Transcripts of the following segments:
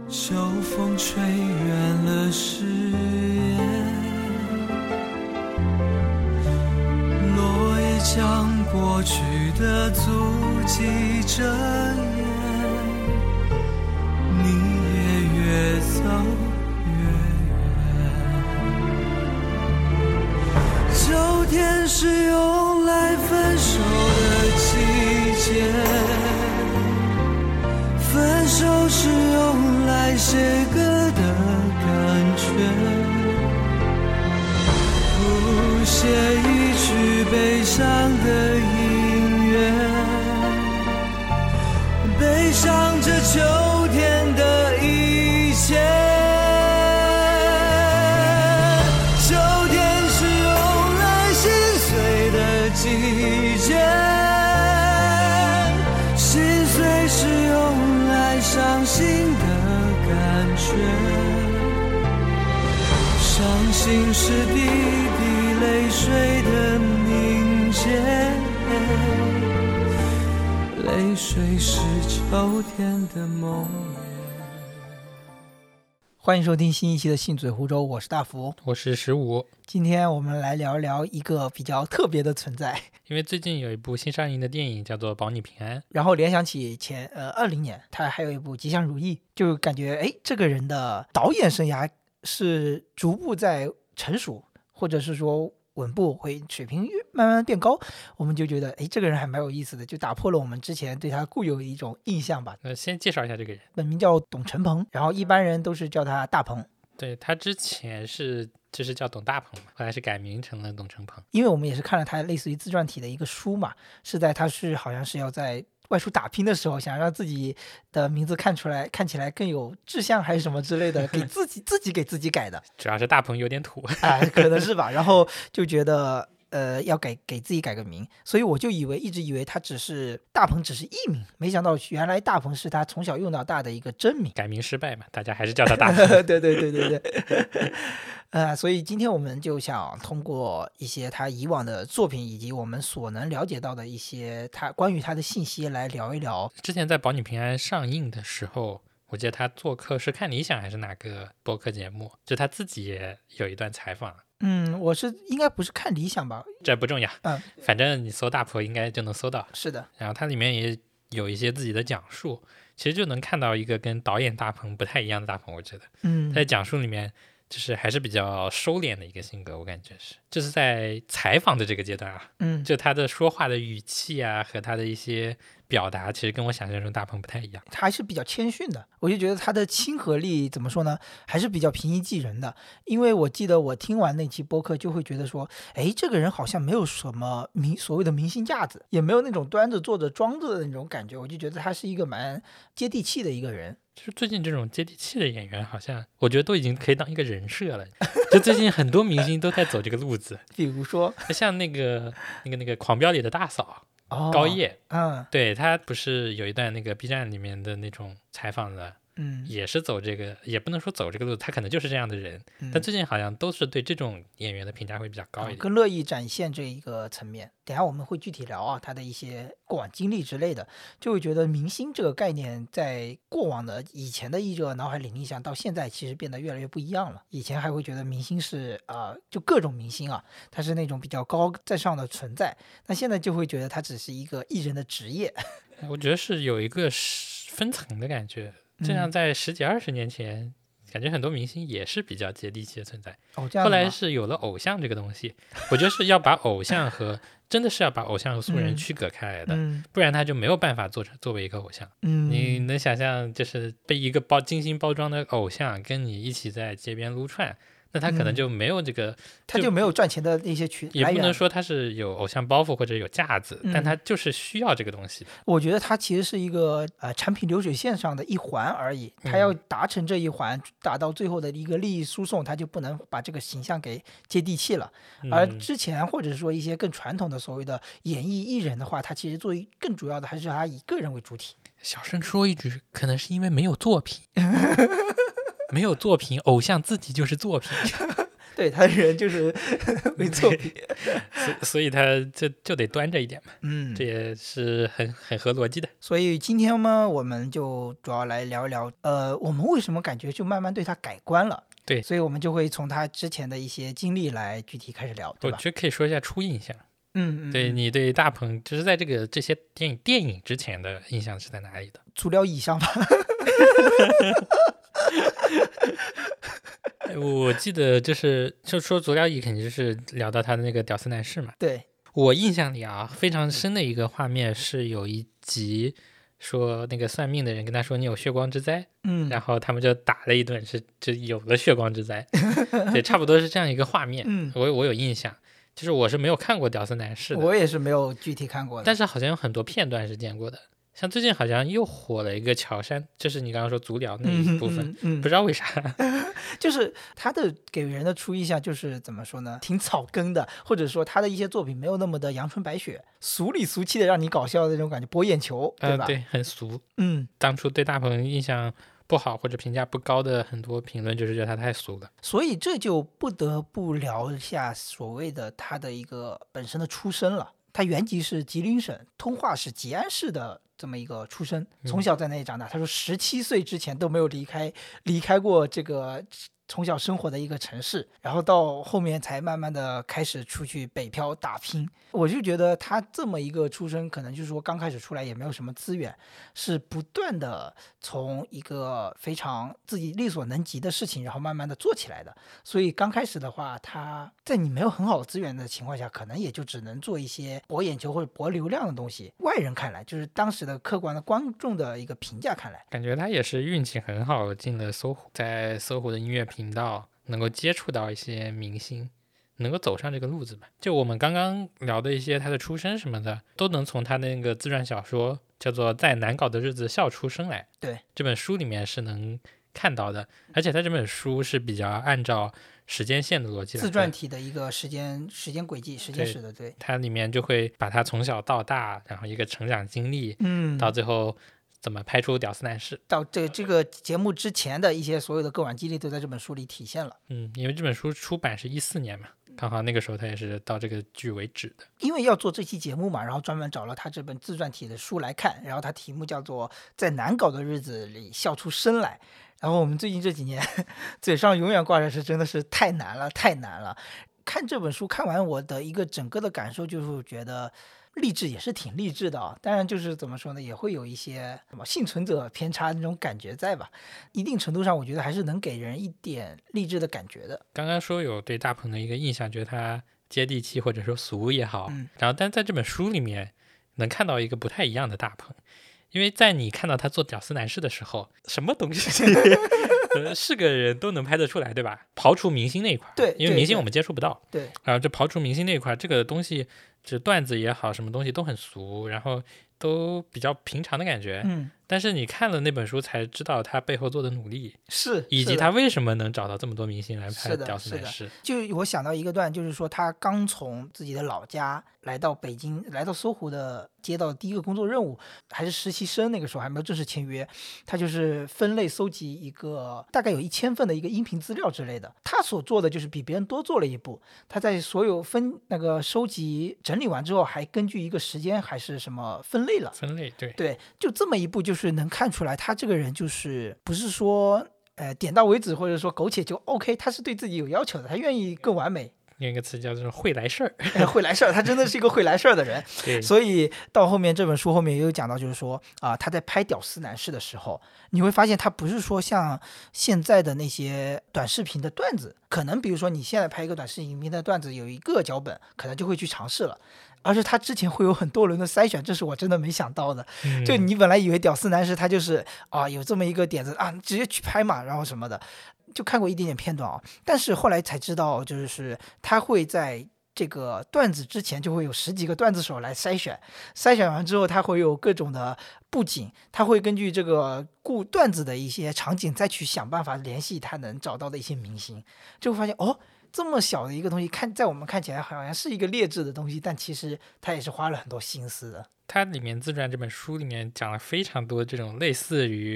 秋风吹远了誓言，落叶将过去的足迹遮掩，你也越走越远。秋天是用来分手的季节，分手是用来写歌的感觉，谱写一曲悲伤的音乐，悲伤着秋天的一切。秋天是用来心碎的季节，心碎是用来伤心的感觉，伤心是滴滴泪水的凝结，泪水是秋天的梦魇。 欢迎收听新一期的信嘴湖州，我是大福， 我是15。 今天我们来聊一聊一个比较特别的存在， 因为最近有一部新上映的电影叫做《保你平安》， 然后联想起20年他还有一部《吉祥如意》，就感觉这个人的导演生涯是逐步在成熟，或者是说稳步会水平慢慢变高，我们就觉得这个人还蛮有意思的，就打破了我们之前对他固有的一种印象吧。 先介绍一下这个人， 本名叫董成鹏，然后一般人都是叫他大鹏。 对，他之前就是叫董大鹏嘛，后来是改名成了董成鹏。 因为我们也是看了他类似于自传体的一个书嘛，是在他是好像是要在外出打拼的时候，想让自己的名字看起来更有志向还是什么之类的，给自己给自己改的。 主要是大鹏有点土可能是吧。然后就觉得要给自己改个名，所以我就一直以为他大鹏只是艺名，没想到原来大鹏是他从小用到大的一个真名。 改名失败嘛，大家还是叫他大鹏。 对。所以今天我们就想通过一些他以往的作品以及我们所能了解到的一些关于他的信息来聊一聊。 之前在《保你平安》上映的时候，我记得他做客是看理想还是哪个播客节目，就他自己也有一段采访。 我应该不是看理想吧， 这不重要，反正你搜大鹏应该就能搜到。 是的， 然后它里面也有一些自己的讲述，其实就能看到一个跟导演大鹏不太一样的大鹏，我觉得他在讲述里面就是还是比较收敛的一个性格，我感觉就是在采访的这个阶段啊，就他的说话的语气啊和他的一些表达，其实跟我想象中大鹏不太一样， 他还是比较谦逊的。我就觉得他的亲和力怎么说呢，还是比较平易近人的。因为我记得我听完那期播客就会觉得说，这个人好像没有什么所谓的明星架子，也没有那种端着坐着装着的那种感觉，我就觉得他是一个蛮接地气的一个人。 就是最近这种接地气的演员，好像我觉得都已经可以当一个人设了。就最近很多明星都在走这个路子， 比如说像那个狂飙里的大嫂高叶，对，他不是有一段那个 B 站里面的那种采访的，也是走这个，也不能说走这个路，他可能就是这样的人，但最近好像都是对这种演员的评价会比较高一点， 更乐意展现这一个层面。等一下我们会具体聊啊，他的一些过往经历之类的，就会觉得明星这个概念在过往的以前的一个脑海里印象到现在其实变得越来越不一样了。以前还会觉得明星是就各种明星啊，他是那种比较高在上的存在，那现在就会觉得他只是一个艺人的职业。 我觉得是有一个分层的感觉，就像在10几20年前，感觉很多明星也是比较接地气的存在，后来是有了偶像这个东西，我觉得是要把偶像和真的是要把偶像和素人区隔开来的，不然他就没有办法作为一个偶像。你能想象就是被一个精心包装的偶像跟你一起在街边撸串，那他可能就没有这个， 他就没有赚钱的那些也不能说他是有偶像包袱或者有架子，但他就是需要这个东西。 我觉得他其实是一个产品流水线上的一环而已，他要达成这一环，达到最后的一个利益输送，他就不能把这个形象给接地气了。而之前或者说一些更传统的所谓的演艺艺人的话，他其实作为更主要的还是他以个人为主体。 小声说一句，可能是因为没有作品。没有作品，偶像自己就是作品。 对，他人就是没错所以他就得端着一点嘛。这也是很合逻辑的。 所以今天呢，我们就主要来聊一聊，我们为什么感觉就慢慢对他改观了。 对， 所以我们就会从他之前的一些经历来具体开始聊，对吧？ 我觉得可以说一下初印象。对，你对大鹏就是在这些电影之前的印象是在哪里的？ 足疗椅上吧。 我记得就说足疗椅肯定就是聊到他的那个屌丝男士嘛。 对， 我印象里啊，非常深的一个画面是有一集说那个算命的人跟他说你有血光之灾，然后他们就打了一顿，就有了血光之灾。对，差不多是这样一个画面。我有印象。就是我是没有看过屌丝男士的， 我也是没有具体看过的， 但是好像有很多片段是见过的。像最近好像又火了一个乔杉，就是你刚刚说足疗那一部分，不知道为啥。 就是他的给人的初印象就是怎么说呢，挺草根的，或者说他的一些作品没有那么的阳春白雪，俗里俗气的让你搞笑的那种感觉，博眼球，对吧？ 对，很俗。当初对大鹏印象不好或者评价不高的很多评论就是觉得他太俗了， 所以这就不得不聊一下所谓的他的一个本身的出身了。他原籍是吉林省通化市吉安市的这么一个出身，从小在那里长大。他说17岁之前都没有离开过这个从小生活的一个城市，然后到后面才慢慢的开始出去北漂打拼。我就觉得他这么一个出身，可能就是说刚开始出来也没有什么资源，是不断的从一个非常自己力所能及的事情，然后慢慢的做起来的。所以刚开始的话，他在你没有很好的资源的情况下，可能也就只能做一些博眼球或者博流量的东西。外人看来，就是当时的客观的观众的一个评价看来， 感觉他也是运气很好进了搜狐，在搜狐的音乐频道能够接触到一些明星，能够走上这个路子吧。就我们刚刚聊的一些他的出身什么的，都能从他那个自传小说叫做《在难搞的日子笑出声来》 对这本书里面是能看到的。而且他这本书是比较按照时间线的逻辑来， 自传体的一个时间轨迹、时间史的。对， 它里面就会把他从小到大，然后一个成长经历，到最后怎么拍出屌丝男士， 到这个节目之前的一些所有的过往经历都在这本书里体现了。 因为这本书出版是14年嘛，刚好那个时候他也是到这个剧为止的。 因为要做这期节目嘛，然后专门找了他这本自传体的书来看，然后他题目叫做《在难搞的日子里笑出声来》。然后我们最近这几年嘴上永远挂着是真的是太难了。看这本书看完，我的一个整个的感受就是觉得励志也是挺励志的啊，当然就是怎么说呢，也会有一些什么幸存者偏差那种感觉在吧。一定程度上我觉得还是能给人一点励志的感觉的。 刚刚说有对大鹏的一个印象，觉得他接地气或者说俗也好，然后但在这本书里面能看到一个不太一样的大鹏。因为在你看到他做屌丝男士的时候，什么东西是个人都能拍得出来，对吧？刨除明星那一块， 对， 因为明星我们接触不到， 对， 然后就刨除明星那一块，这个东西，这段子也好，什么东西都很俗，然后都比较平常的感觉。但是你看了那本书才知道他背后做的努力，以及他为什么能找到这么多明星来拍屌丝男士。 就我想到一个段，就是说他刚从自己的老家来到北京，来到搜狐的接到第一个工作任务，还是实习生，那个时候还没有正式签约，他就是分类搜集一个大概有1000份的一个音频资料之类的。他所做的就是比别人多做了一步，他在所有收集整理完之后，还根据一个时间还是什么分类了。对，就这么一步，就是能看出来他这个人就是不是说点到为止，或者说苟且就 OK， 他是对自己有要求的，他愿意更完美。 用一个词叫做会来事儿， 会来事儿，他真的是一个会来事儿的人。所以到后面这本书后面也有讲到，就是说他在拍屌丝男士的时候，你会发现他不是说像现在的那些短视频的段子，可能比如说你现在拍一个短视频的段子，有一个脚本，可能就会去尝试了。而是他之前会有很多轮的筛选，这是我真的没想到的。就你本来以为屌丝男士他就是有这么一个点子直接去拍嘛，然后什么的，就看过一点点片段但是后来才知道，就是他会在这个段子之前就会有10几个段子手来筛选完之后，他会有各种的布景，他会根据这个段子的一些场景再去想办法联系他能找到的一些明星，就会发现这么小的一个东西，在我们看起来好像是一个劣质的东西，但其实他也是花了很多心思的。 他里面自传这本书里面讲了非常多这种类似于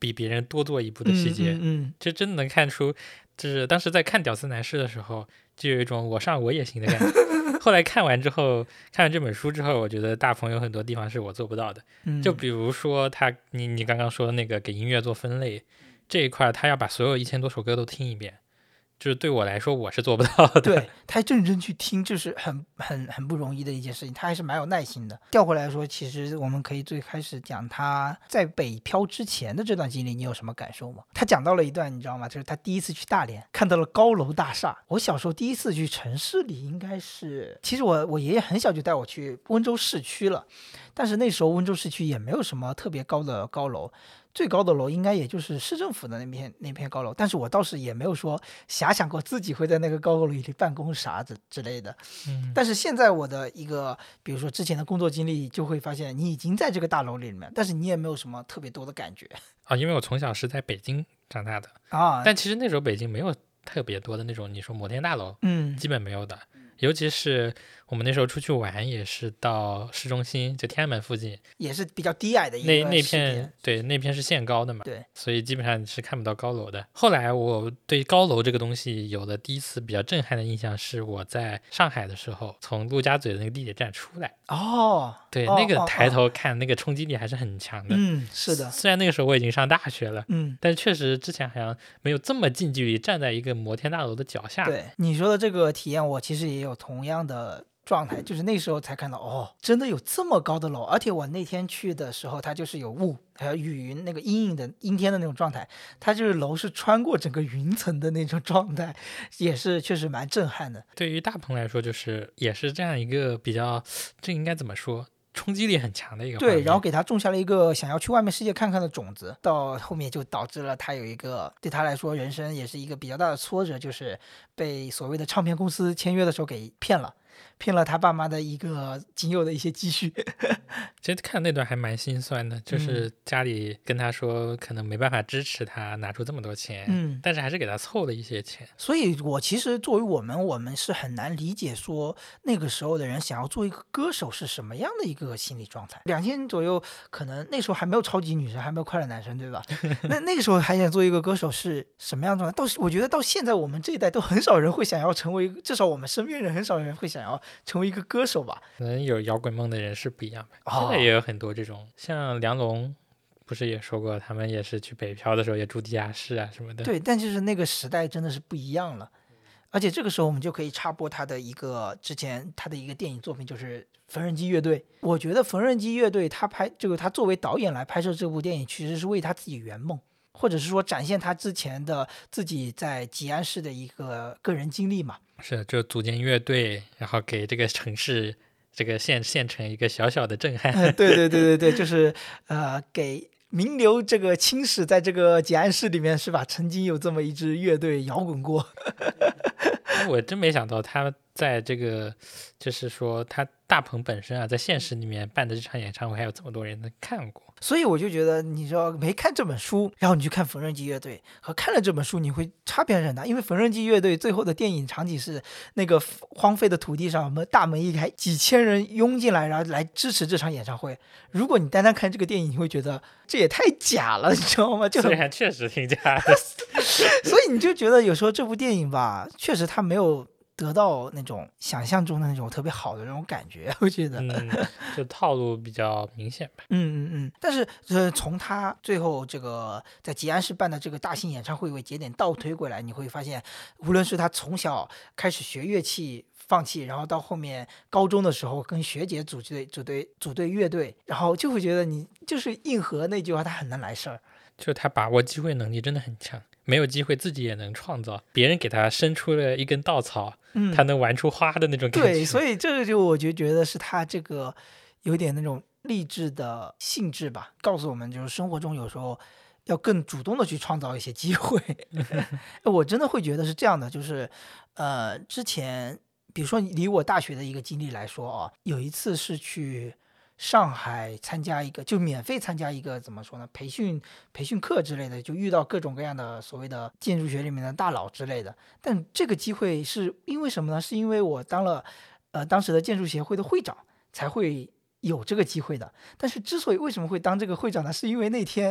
比别人多做一步的细节，这真的能看出，就是当时在看《屌丝男士》的时候，就有一种我上我也行的感觉。后来看完这本书之后，我觉得大鹏有很多地方是我做不到的，就比如说你刚刚说的那个给音乐做分类这一块，他要把所有1000多首歌都听一遍。就是对我来说我是做不到的。 对，他认真去听，就是很不容易的一件事情，他还是蛮有耐心的。调回来说，其实我们可以最开始讲他在北漂之前的这段经历，你有什么感受吗？他讲到了一段，你知道吗？就是他第一次去大连，看到了高楼大厦。我小时候第一次去城市里，应该是，其实我爷爷很小就带我去温州市区了，但是那时候温州市区也没有什么特别高的高楼。最高的楼应该也就是市政府的那片高楼，但是我倒是也没有说遐想过自己会在那个高楼里办公啥子之类的。但是现在我的一个，比如说之前的工作经历，就会发现你已经在这个大楼里面，但是你也没有什么特别多的感觉啊。因为我从小是在北京长大的啊，但其实那时候北京没有特别多的那种你说摩天大楼，基本没有的。尤其是我们那时候出去玩，也是到市中心，就天安门附近， 也是比较低矮的一个那片，对，那片是限高的嘛， 对， 所以基本上你是看不到高楼的。后来我对高楼这个东西有了第一次比较震撼的印象，是我在上海的时候，从陆家嘴的那个地铁站出来。对，那个抬头看，那个冲击力还是很强的。 是的。 虽然那个时候我已经上大学了，但确实之前好像没有这么近距离站在一个摩天大楼的脚下。 对，你说的这个体验，我其实也有同样的状态，就是那时候才看到真的有这么高的楼。而且我那天去的时候，它就是有雾还有雨云那个阴天的那种状态，它就是楼是穿过整个云层的那种状态，也是确实蛮震撼的。 对于大鹏来说，就是也是这样一个比较，这应该怎么说，冲击力很强的一个画面。 对，然后给他种下了一个想要去外面世界看看的种子，到后面就导致了他有一个对他来说人生也是一个比较大的挫折，就是被所谓的唱片公司签约的时候给骗了他爸妈的一个仅有的一些积蓄。 其实看那段还蛮心酸的，就是家里跟他说可能没办法支持他拿出这么多钱，但是还是给他凑了一些钱。 所以我其实作为我们是很难理解说那个时候的人想要做一个歌手是什么样的一个心理状态。2000左右，可能那时候还没有超级女生，还没有快乐男生，对吧？那个时候还想做一个歌手是什么样的状态？我觉得到现在我们这一代都很少人会想要成为，至少我们身边人很少人会想要成为一个歌手吧。 可能有摇滚梦的人是不一样吧。现在也有很多这种，像梁龙不是也说过，他们也是去北漂的时候也住地下室啊什么的。 对，但就是那个时代真的是不一样了。而且这个时候我们就可以插播之前他的一个电影作品，就是缝纫机乐队。我觉得缝纫机乐队他作为导演来拍摄这部电影，其实是为他自己圆梦，或者是说展现他之前的自己在吉安市的一个个人经历嘛。 是，就组建乐队，然后给这个城市这个县城一个小小的震撼。 对，就是给名流这个青史在这个吉安市里面是吧，曾经有这么一支乐队摇滚过。 我真没想到他在这个，就是说他大鹏本身啊，在现实里面办的这场演唱会还有这么多人能看过。 所以我就觉得，你说没看这本书，然后你去看缝纫机乐队，和看了这本书，你会差别很大。因为缝纫机乐队最后的电影场景是那个荒废的土地上，大门一开，几千人拥进来，然后来支持这场演唱会。如果你单单看这个电影，你会觉得这也太假了，你知道吗？ 虽然确实挺假的。 所以你就觉得有时候这部电影吧，确实它没有得到那种想象中的那种特别好的那种感觉，我觉得， 就套路比较明显吧。 但是从他最后这个在吉安市办的这个大型演唱会为节点倒推过来，你会发现，无论是他从小开始学乐器放弃，然后到后面高中的时候跟学姐组队乐队，然后就会觉得你就是硬核那句话，他很难来事儿。 就他把握机会能力真的很强，没有机会自己也能创造，别人给他伸出了一根稻草，他能玩出花的那种感觉。 对，所以这个就我觉得是他这个有点那种励志的性质吧，告诉我们就是生活中有时候要更主动的去创造一些机会。我真的会觉得是这样的，就是之前比如说离我大学的一个经历来说有一次是去上海参加一个，就免费参加一个怎么说呢，培训课之类的，就遇到各种各样的所谓的建筑学里面的大佬之类的。但这个机会是因为什么呢？是因为我当了当时的建筑协会的会长，才会有这个机会的。但是之所以为什么会当这个会长呢？是因为那天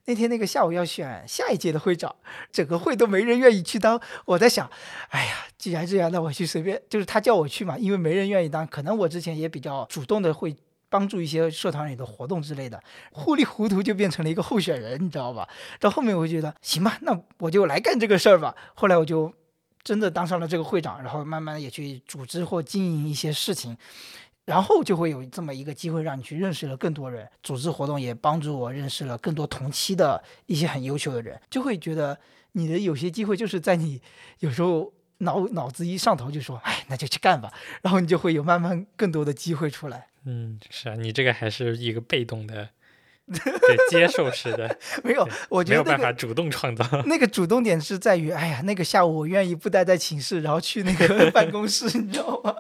那天那个下午要选下一届的会长，整个会都没人愿意去当。我在想，哎呀，既然这样，那我去随便，就是他叫我去嘛，因为没人愿意当。可能我之前也比较主动的会帮助一些社团里的活动之类的，糊里糊涂就变成了一个候选人，你知道吧？到后面我觉得行吧，那我就来干这个事儿吧。后来我就真的当上了这个会长，然后慢慢也去组织或经营一些事情。然后就会有这么一个机会让你去认识了更多人，组织活动也帮助我认识了更多同期的一些很优秀的人，就会觉得你的有些机会就是在你有时候脑子一上头就说，哎，那就去干吧，然后你就会有慢慢更多的机会出来。 是啊，你这个还是一个被动的对，接受式的没有，我觉得、 没有办法主动创造。 那个主动点是在于，哎呀，那个下午我愿意不待在寝室，然后去那个办公室，你知道吗？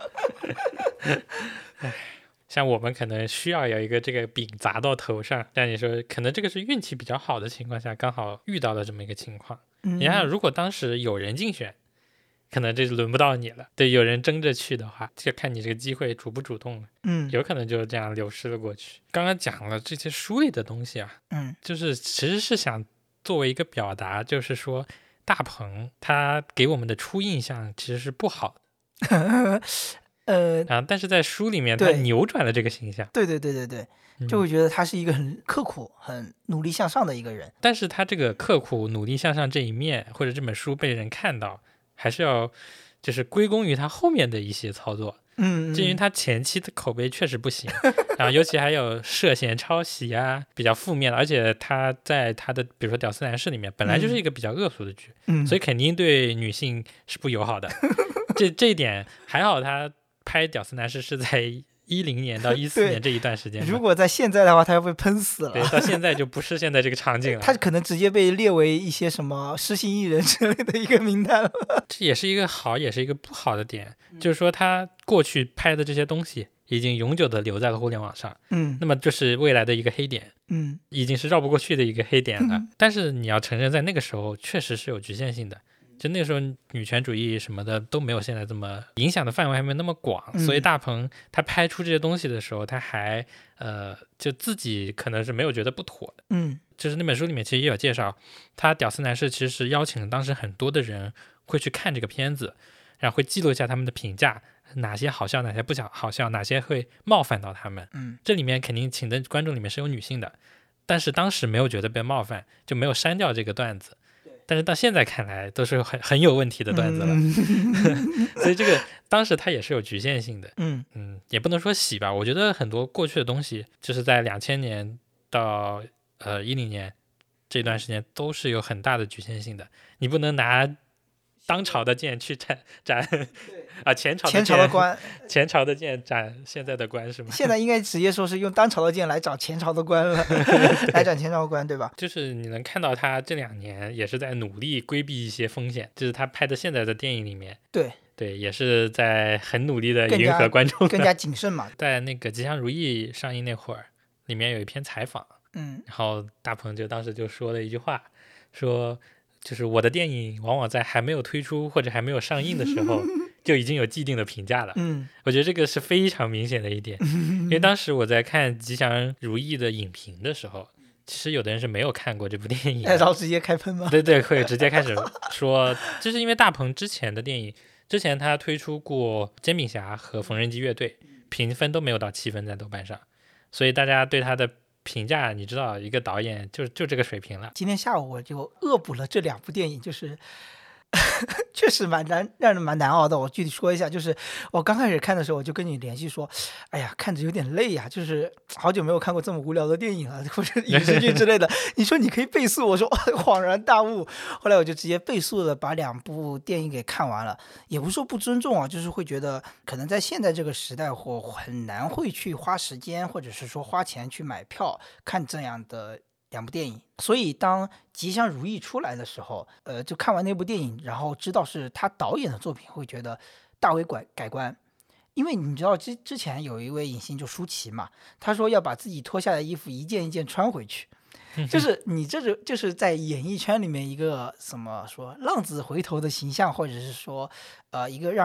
像我们可能需要有一个这个饼砸到头上，像你说，可能这个是运气比较好的情况下，刚好遇到了这么一个情况。你看，如果当时有人竞选，可能这轮不到你了。对，有人争着去的话，就看你这个机会主不主动了。有可能就这样流失了过去。刚刚讲了这些书里的东西啊，就是其实是想作为一个表达，就是说大鹏他给我们的初印象其实是不好的。但是在书里面他扭转了这个形象。 对，就会觉得他是一个很刻苦很努力向上的一个人。 但是他这个刻苦努力向上这一面，或者这本书被人看到，还是要就是归功于他后面的一些操作。至于他前期的口碑确实不行，然后尤其还有涉嫌抄袭啊，比较负面的，而且他在他的比如说《屌丝男士》里面本来就是一个比较恶俗的剧，所以肯定对女性是不友好的。这一点还好，他拍《屌丝男士》是在10年到14年这一段时间。 如果在现在的话，他要被喷死了。 对，到现在就不是现在这个场景了。 他可能直接被列为一些什么失信艺人之类的一个名单了。 这也是一个好，也是一个不好的点，就是说他过去拍的这些东西已经永久的留在了互联网上。那么就是未来的一个黑点。已经是绕不过去的一个黑点了。但是你要承认，在那个时候确实是有局限性的。就那时候女权主义什么的都没有现在这么影响的范围还没有那么广，所以大鹏他拍出这些东西的时候，他还就自己可能是没有觉得不妥的。就是那本书里面其实也有介绍，他《屌丝男士》其实是邀请了当时很多的人会去看这个片子，然后会记录一下他们的评价，哪些好笑，哪些不好笑，哪些会冒犯到他们。这里面肯定请的观众里面是有女性的，但是当时没有觉得被冒犯，就没有删掉这个段子。但是到现在看来都是很有问题的段子了。所以这个当时它也是有局限性的。也不能说洗吧，我觉得很多过去的东西就是在2000年到10年这段时间都是有很大的局限性的。你不能拿当朝的剑去斩前朝的官，前朝的剑斩现在的官是吗？ 现在应该直接说是用当朝的剑来找前朝的官了。来斩前朝官，对吧？ 就是你能看到他这2年也是在努力规避一些风险，就是他拍的现在的电影里面，对，也是在很努力的迎合观众， 更加谨慎嘛。 在那个《吉祥如意》上映那会儿，里面有一篇采访，然后大鹏就当时就说了一句话，说就是我的电影往往在还没有推出或者还没有上映的时候就已经有既定的评价了。我觉得这个是非常明显的一点。因为当时我在看《吉祥如意》的影评的时候，其实有的人是没有看过这部电影， 然后直接开喷吗？ 对，会直接开始说，就是因为大鹏之前的电影，之前他推出过《煎饼侠》和《缝纫机乐队》，评分都没有到7分在豆瓣上，所以大家对他的评价，你知道一个导演就这个水平了。 今天下午我就恶补了这2部电影，就是确实让人蛮难熬的。我具体说一下，就是我刚开始看的时候，我就跟你联系说，哎呀，看着有点累呀，就是好久没有看过这么无聊的电影了，或者影视剧之类的。你说你可以倍速，我说恍然大悟。后来我就直接倍速的把2部电影给看完了，也不是说不尊重啊，就是会觉得可能在现在这个时代，我很难会去花时间或者是说花钱去买票看这样的2部电影。所以当《吉祥如意》出来的时候，就看完那部电影，然后知道是他导演的作品，会觉得大为改观。因为你知道之前有一位影星就舒淇嘛，他说要把自己脱下的衣服一件一件穿回去。就是你就是在演艺圈里面一个什么说浪子回头的形象，或者是说一个让人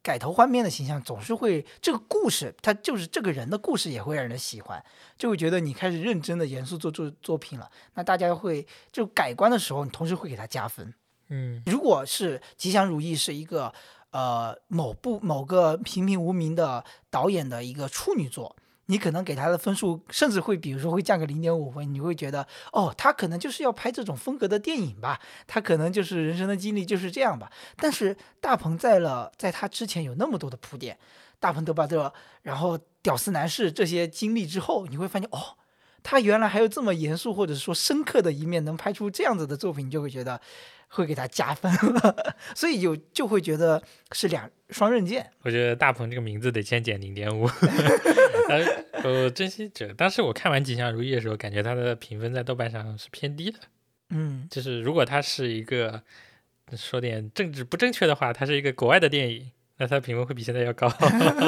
改头换面的形象，总是会这个故事，他就是这个人的故事也会让人喜欢，就会觉得你开始认真的严肃做作品了。那大家会就改观的时候，你同时会给他加分。如果是吉祥如意是一个某个平平无名的导演的一个处女作，你可能给他的分数甚至会比如说会降个0.5分，你会觉得他可能就是要拍这种风格的电影吧，他可能就是人生的经历就是这样吧。但是大鹏在他之前有那么多的铺垫，大鹏德巴特，然后屌丝男士这些经历之后，你会发现他原来还有这么严肃或者说深刻的一面，能拍出这样子的作品，你就会觉得会给他加分了。所以就会觉得是双刃剑。 我觉得大鹏这个名字得先减0.5。珍惜者，当时我看完吉祥如意的时候，感觉他的评分在豆瓣上是偏低的。就是如果他是一个说点政治不正确的话，他是一个国外的电影，那他的评分会比现在要高。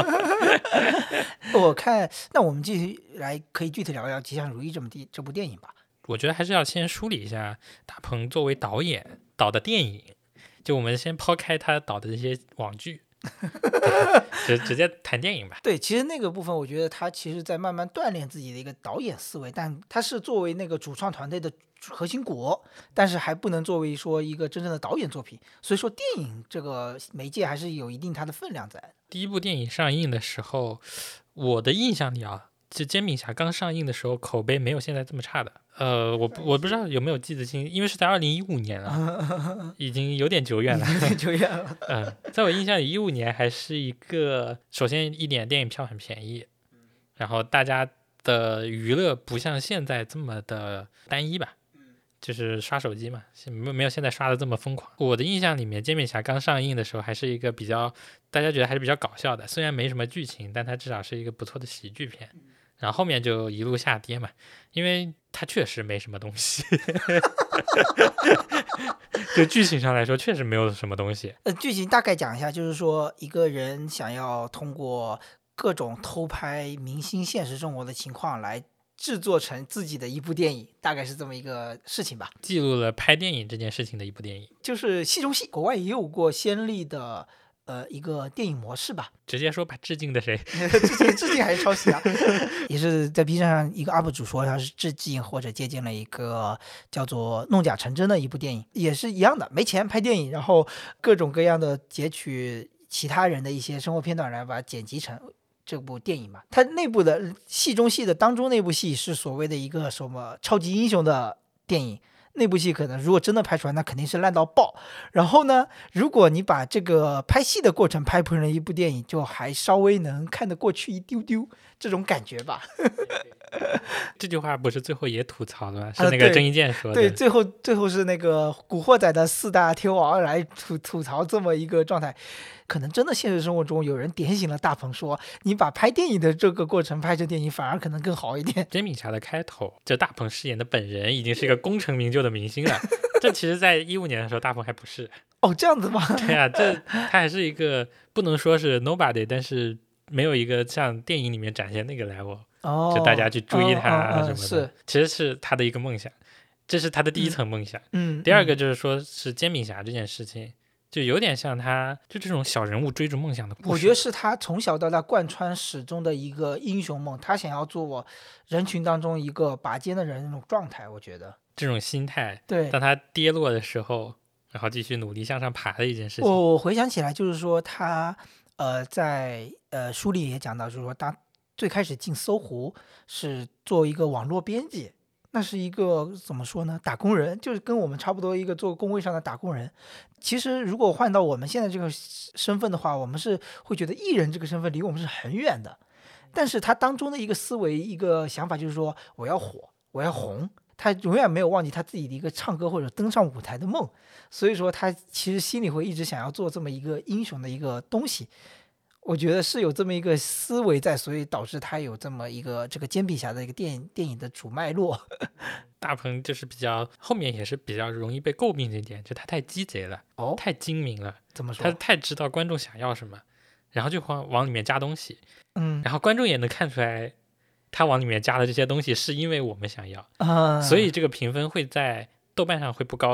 我看，那我们继续可以具体聊聊《吉祥如意》这部电影吧。 我觉得还是要先梳理一下大鹏作为导演导的电影，就我们先抛开他导的这些网剧，直接谈电影吧。 对，其实那个部分我觉得他其实在慢慢锻炼自己的一个导演思维，但他是作为那个主创团队的核心骨，但是还不能作为说一个真正的导演作品，所以说电影这个媒介还是有一定它的分量在。 第一部电影上映的时候，我的印象里就煎饼侠刚上映的时候口碑没有现在这么差的。我不知道有没有记得清，因为是在2015年了，已经有点久远了。 有点久远了。 在我印象里，15年还是一个，首先一点电影票很便宜，然后大家的娱乐不像现在这么的单一吧。就是刷手机嘛，没有现在刷的这么疯狂。我的印象里面，煎饼侠刚上映的时候还是一个比较大家觉得还是比较搞笑的，虽然没什么剧情，但它至少是一个不错的喜剧片。然后后面就一路下跌嘛，因为它确实没什么东西。就剧情上来说确实没有什么东西。 剧情大概讲一下，就是说一个人想要通过各种偷拍明星现实生活的情况来制作成自己的一部电影，大概是这么一个事情吧， 记录了拍电影这件事情的一部电影， 就是戏中戏。国外也有过先例的一个电影模式吧。 直接说吧，致敬的谁？ 致敬还是抄袭啊？也是在 B 站上一个 UP 主说他是致敬或者借鉴了一个叫做《弄假成真》的一部电影，也是一样的，没钱拍电影，然后各种各样的截取其他人的一些生活片段来把它剪辑成这部电影嘛。它内部的戏中戏的当中那部戏是所谓的一个什么超级英雄的电影，那部戏可能如果真的拍出来，那肯定是烂到爆。然后呢，如果你把这个拍戏的过程拍成一部电影，就还稍微能看得过去一丢丢，这种感觉吧。 这句话不是最后也吐槽了吗？是那个郑伊健说的。 对，最后是那个古惑仔的4大天王来吐槽这么一个状态。可能真的现实生活中有人点醒了大鹏，说你把拍电影的这个过程拍成电影反而可能更好一点。 煎饼侠的开头，这大鹏饰演的本人已经是一个功成名就的明星了。这其实在15年的时候大鹏还不是。 这样子吗？ 对啊，他还是一个不能说是 nobody， 但是没有一个像电影里面展现那个 level，就大家去注意他什么的。其实是他的一个梦想，这是他的第一层梦想。第二个就是说是煎饼侠这件事情，就有点像他就这种小人物追逐梦想的故事。 我觉得是他从小到大贯穿始终的一个英雄梦，他想要做我人群当中一个拔尖的人那种状态。我觉得这种心态， 对， 当他跌落的时候，然后继续努力向上爬的一件事情。 我回想起来，就是说他在书里也讲到，就是说他最开始进搜狐是做一个网络编辑，那是一个怎么说呢，打工人，就是跟我们差不多一个做工位上的打工人。其实如果换到我们现在这个身份的话，我们是会觉得艺人这个身份离我们是很远的，但是他当中的一个思维一个想法就是说我要火，我要红，他永远没有忘记他自己的一个唱歌或者登上舞台的梦，所以说他其实心里会一直想要做这么一个英雄的一个东西。我觉得是有这么一个思维在，所以导致他有这么一个这个煎饼侠的一个电影的主脉络。 大鹏就是比较后面也是比较容易被诟病这一点，就他太鸡贼了，太精明了。 怎么说？ 他太知道观众想要什么，然后就往里面加东西。然后观众也能看出来，他往里面加的这些东西是因为我们想要。所以这个评分会在豆瓣上会不高，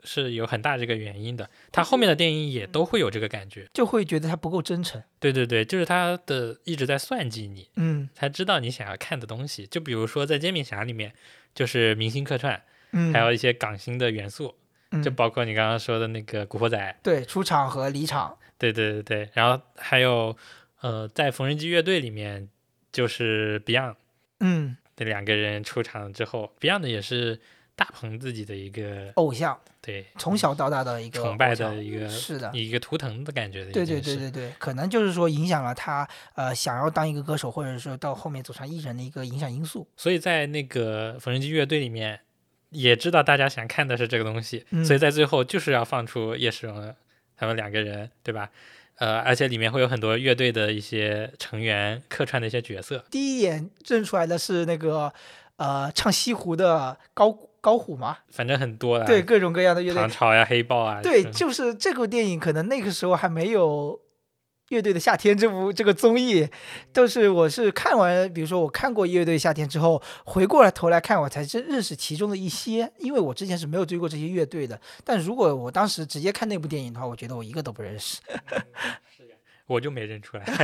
是有很大这个原因的，他后面的电影也都会有这个感觉， 就会觉得他不够真诚。 对对对，就是他的一直在算计你，才知道你想要看的东西。就比如说在煎饼侠里面，就是明星客串，还有一些港星的元素，就包括你刚刚说的那个古惑仔， 对，出场和离场， 对对对对，然后还有在缝纫机乐队里面就是 Beyond，这两个人出场之后，Beyond 也是大鹏自己的一个偶像， 对， 从小到大的一个崇拜的是的一个图腾的感觉的， 对对对对对，可能就是说影响了他想要当一个歌手，或者说到后面走上艺人的一个影响因素。 所以在那个缝纫机乐队里面，也知道大家想看的是这个东西，所以在最后就是要放出叶诗荣他们两个人，对吧？而且里面会有很多乐队的一些成员客串的一些角色。 第一眼认出来的是那个唱西湖的高虎嘛， 反正很多啦， 对，各种各样的乐队， 唐朝呀、黑豹啊， 对，就是这部电影可能那个时候还没有乐队的夏天这个综艺，都是我是看完，比如说我看过乐队夏天之后，回过头来看，我才认识其中的一些，因为我之前是没有追过这些乐队的。但如果我当时直接看那部电影的话，我觉得我一个都不认识。 我就没认出来，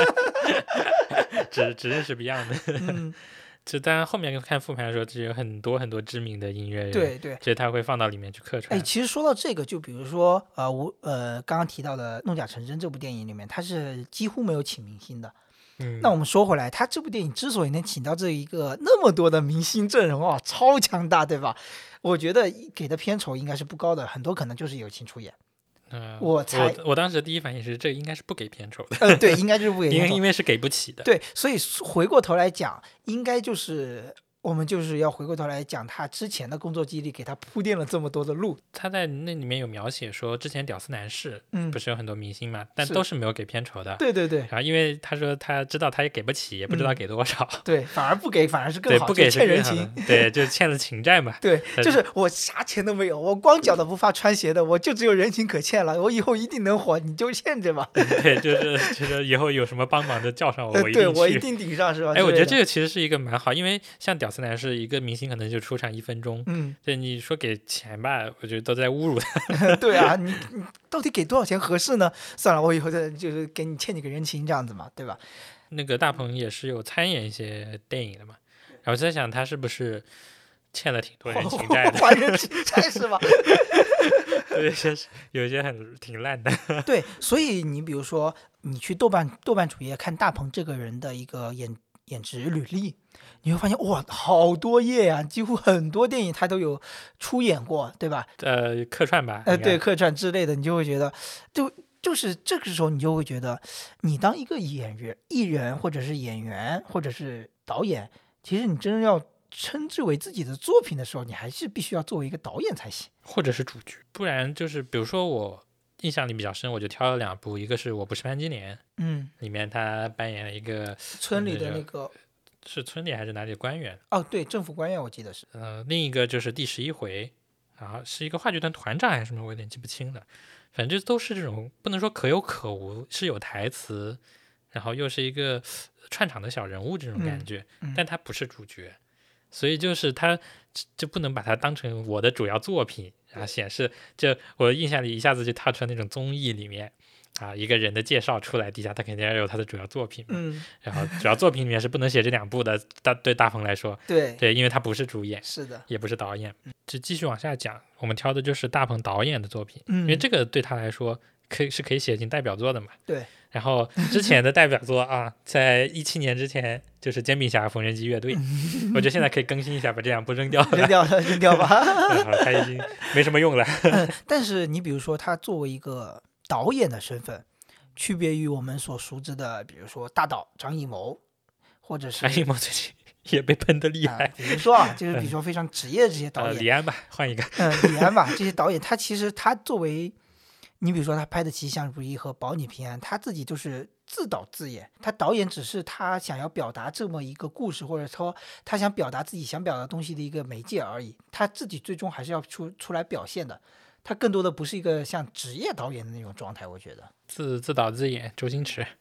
只认识 Beyond。就当然后面看复盘的时候，就有很多很多知名的音乐人， 对对， 所以他会放到里面去客串。 其实说到这个，就比如说刚刚提到的《弄假成真》这部电影里面，他是几乎没有请明星的。那我们说回来，他这部电影之所以能请到这一个那么多的明星阵容啊，超强大，对吧？我觉得给的片酬应该是不高的，很多可能就是友情出演。 我当时的第一反应是这应该是不给片酬的， 对，应该就是不给片酬， 因为是给不起的。 对，所以回过头来讲，应该就是我们就是要回过头来讲他之前的工作经历，给他铺垫了这么多的路。 他在那里面有描写说，之前屌丝男士不是有很多明星嘛，但都是没有给片酬的。 对对对。 然后因为他说他知道他也给不起，也不知道给多少。 对，反而不给反而是更好， 对，不给欠人情。 对，就欠了情债嘛。 对，就是我啥钱都没有，我光脚的不怕穿鞋的，我就只有人情可欠了。我以后一定能火，你就欠着吧。 对，就是以后有什么帮忙的叫上我， 对，我一定顶上，是吧？ 我觉得这个其实是一个蛮好，因为像屌丝男士一个明星可能就出场1分钟，对，你说给钱吧，我觉得都在侮辱他。 对啊，你到底给多少钱合适呢？算了，我以后就是给你欠你个人情这样子嘛，对吧？ 那个大鹏也是有参演一些电影的嘛，然后在想他是不是欠了挺多人情债的， 还人情债是吧？ 对，有些挺烂的。 对，所以你比如说你去豆瓣主页看大鹏这个人的一个演职履历，你会发现哇，好多页呀，几乎很多电影他都有出演过，对吧？ 客串吧， 对，客串之类的，你就会觉得，就是这个时候你就会觉得，你当一个艺人或者是演员或者是导演，其实你真正要称之为自己的作品的时候，你还是必须要作为一个导演才行， 或者是主角，不然就是比如说我印象里比较深，我就挑了2部，一个是我不是潘金莲，里面他扮演了一个村里的那个是村里还是哪里的官员？ 哦，对，政府官员，我记得是。 另一个就是第11回，是一个话剧团团长还是什么，我有点记不清了。反正就都是这种不能说可有可无，是有台词，然后又是一个串场的小人物这种感觉，但他不是主角，所以就是他就不能把它当成我的主要作品，然后显示就我印象里一下子就踏出那种综艺里面。一个人的介绍出来，底下他肯定要有他的主要作品嘛，然后主要作品里面是不能写这2部的，对大鹏来说，对，因为他不是主演， 是的， 也不是导演。就继续往下讲，我们挑的就是大鹏导演的作品，因为这个对他来说可以写进代表作的嘛。 对， 然后之前的代表作在17年之前就是煎饼侠、缝纫机乐队，我觉得现在可以更新一下，把这2部扔掉吧， 他已经没什么用了。 但是你比如说他作为一个导演的身份，区别于我们所熟知的，比如说大导张艺谋，或者是张艺谋最近也被喷得厉害。 比如说就是比如说非常职业的这些导演， 李安吧，换一个。 李安吧，这些导演，他其实他作为，你比如说他拍的《吉祥如意》和《保你平安》，他自己就是自导自演，他导演只是他想要表达这么一个故事，或者说他想表达自己想表达东西的一个媒介而已，他自己最终还是要出来表现的。他更多的不是一个像职业导演的那种状态，我觉得自导自演，周星驰。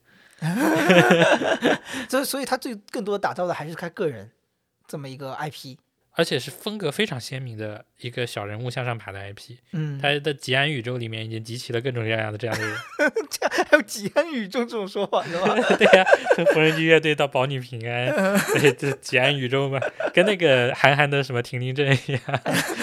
所以他更多的打造的还是他个人这么一个 IP。 而且是风格非常鲜明的一个小人物向上爬的 IP。他的吉安宇宙里面已经集齐了各种各样的这样的人。 这样还有吉安宇宙这种说法是吧？ 对呀、从缝纫机乐队到保你平安，对，这吉安宇宙嘛，跟那个韩寒的什么婷婷镇一样。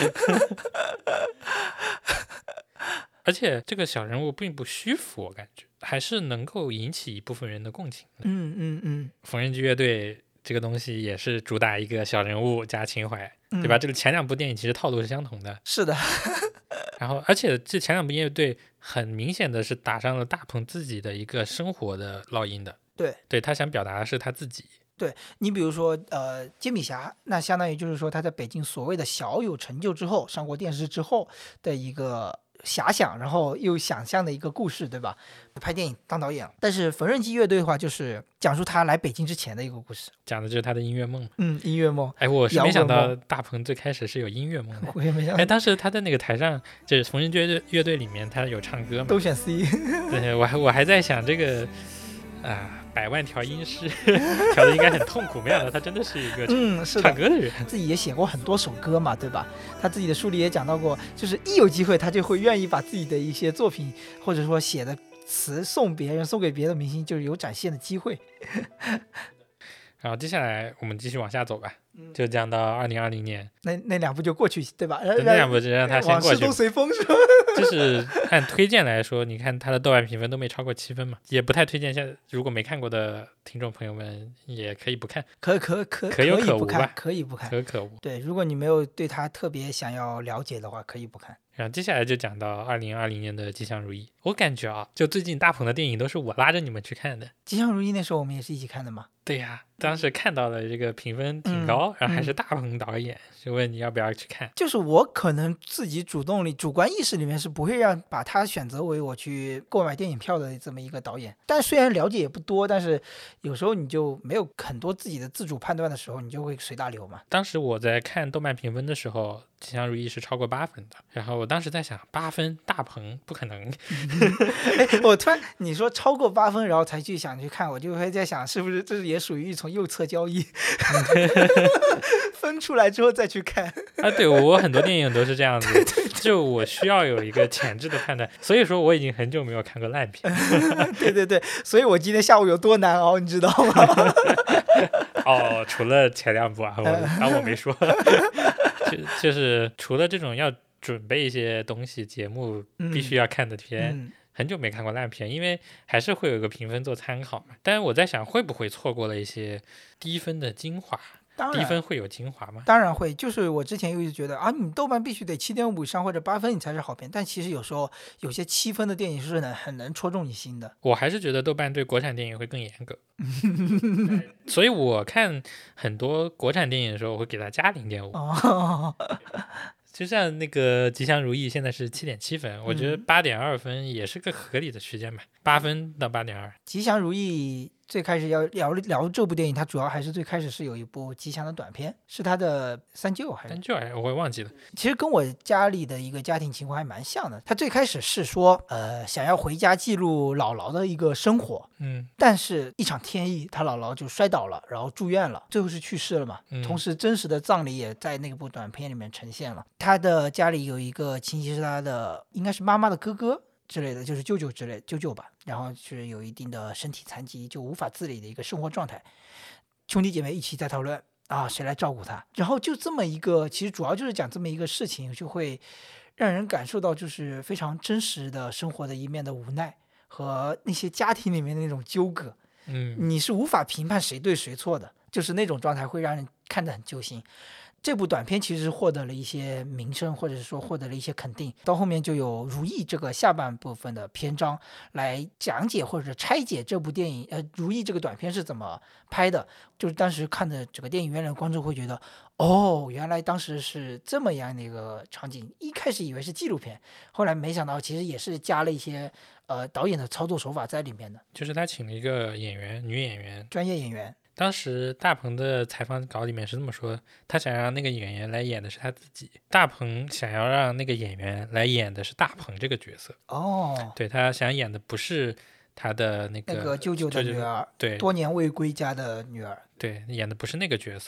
而且这个小人物并不虚浮，我感觉还是能够引起一部分人的共情的。缝纫机乐队这个东西也是主打一个小人物加情怀，对吧？这个前两部电影其实套路是相同的。 是的。 然后，而且这前两部乐队很明显的是打上了大鹏自己的一个生活的烙印的。对，他想表达的是他自己。 对，你比如说煎饼侠，那相当于就是说他在北京所谓的小有成就之后，上过电视之后的一个遐想，然后又想象的一个故事，对吧？拍电影当导演。但是缝纫机乐队的话，就是讲述他来北京之前的一个故事， 讲的就是他的音乐梦。 音乐梦。 我是没想到大鹏最开始是有音乐梦的。 我也没想到。 当时他在那个台上，就是缝纫机乐队里面，他有唱歌嘛， 都选 C。 对，我还在想这个百万条音师调的应该很痛苦，没想到他真的是一个唱歌的人。 自己也写过很多首歌嘛，对吧？他自己的书里也讲到过，就是一有机会他就会愿意把自己的一些作品或者说写的词送别人，送给别的明星，就是有展现的机会。 然后接下来我们继续往下走吧，就讲到2020年， 那两部就过去，对吧？ 那两部就让他先过去。往事都随风是吧？ 就是按推荐来说，你看他的豆瓣评分都没超过7分嘛，也不太推荐。如果没看过的听众朋友们也可以不看，可有可无吧， 可以不看， 可有可无。 对，如果你没有对他特别想要了解的话，可以不看。 然后接下来就讲到2020年的吉祥如意。我感觉就最近大鹏的电影都是我拉着你们去看的。 吉祥如意那时候我们也是一起看的嘛。 对呀，当时看到了这个评分挺高，然后还是大鹏导演，就问你要不要去看。 就是我可能自己主观意识里面是不会把他选择为我去购买电影票的这么一个导演。但虽然了解也不多，但是有时候你就没有很多自己的自主判断的时候，你就会随大流嘛。 当时我在看豆瓣评分的时候，吉祥如意是超过8分的，然后我当时在想8分大鹏不可能。 我突然你说超过8分然后才去想去看，我就会在想是不是这也属于一种右侧交易。分出来之后再去看对，我很多电影都是这样子。就我需要有一个前置的判断，所以说我已经很久没有看过烂片。 对，所以我今天下午有多难熬你知道吗？ 除了前2部当我没说。就是除了这种要准备一些东西节目必须要看的片，很久没看过烂片，因为还是会有一个评分做参考嘛。但是我在想会不会错过了一些低分的精华。低分会有精华吗？ 当然会，就是我之前又一直觉得你豆瓣必须得7.5以上或者8分你才是好片，但其实有时候有些7分的电影是很能戳中你心的。 我还是觉得豆瓣对国产电影会更严格。所以我看很多国产电影的时候我会给它加0.5。就像那个吉祥如意现在是7.7分，我觉得8.2分也是个合理的区间吧，8分到8.2。 吉祥如意最开始要聊这部电影，它主要还是最开始是有一部吉祥的短片，是他的三舅还是三舅，我会忘记了。 其实跟我家里的一个家庭情况还蛮像的。他最开始是说想要回家记录姥姥的一个生活，但是一场天意，他姥姥就摔倒了，然后住院了，最后是去世了嘛。同时真实的葬礼也在那部短片里面呈现了。他的家里有一个亲戚是他的应该是妈妈的哥哥之类的，就是舅舅吧，然后是有一定的身体残疾，就无法自理的一个生活状态。兄弟姐妹一起在讨论谁来照顾他，然后就这么一个，其实主要就是讲这么一个事情，就会让人感受到就是非常真实的生活的一面的无奈和那些家庭里面的那种纠葛。你是无法评判谁对谁错的，就是那种状态会让人看得很揪心。这部短片其实获得了一些名声，或者是说获得了一些肯定，到后面就有如意这个下半部分的篇章来讲解或者拆解这部电影如意这个短片是怎么拍的。就是当时看的整个电影院的观众会觉得原来当时是这么样的一个场景，一开始以为是纪录片，后来没想到其实也是加了一些导演的操作手法在里面的。 就是他请了一个女演员， 专业演员。 当时大鹏的采访稿里面是这么说，他想让那个演员来演的是他自己，大鹏想要让那个演员来演的是大鹏这个角色。对，他想演的不是他的那个舅舅的女儿， 对， 多年未归家的女儿， 对，演的不是那个角色。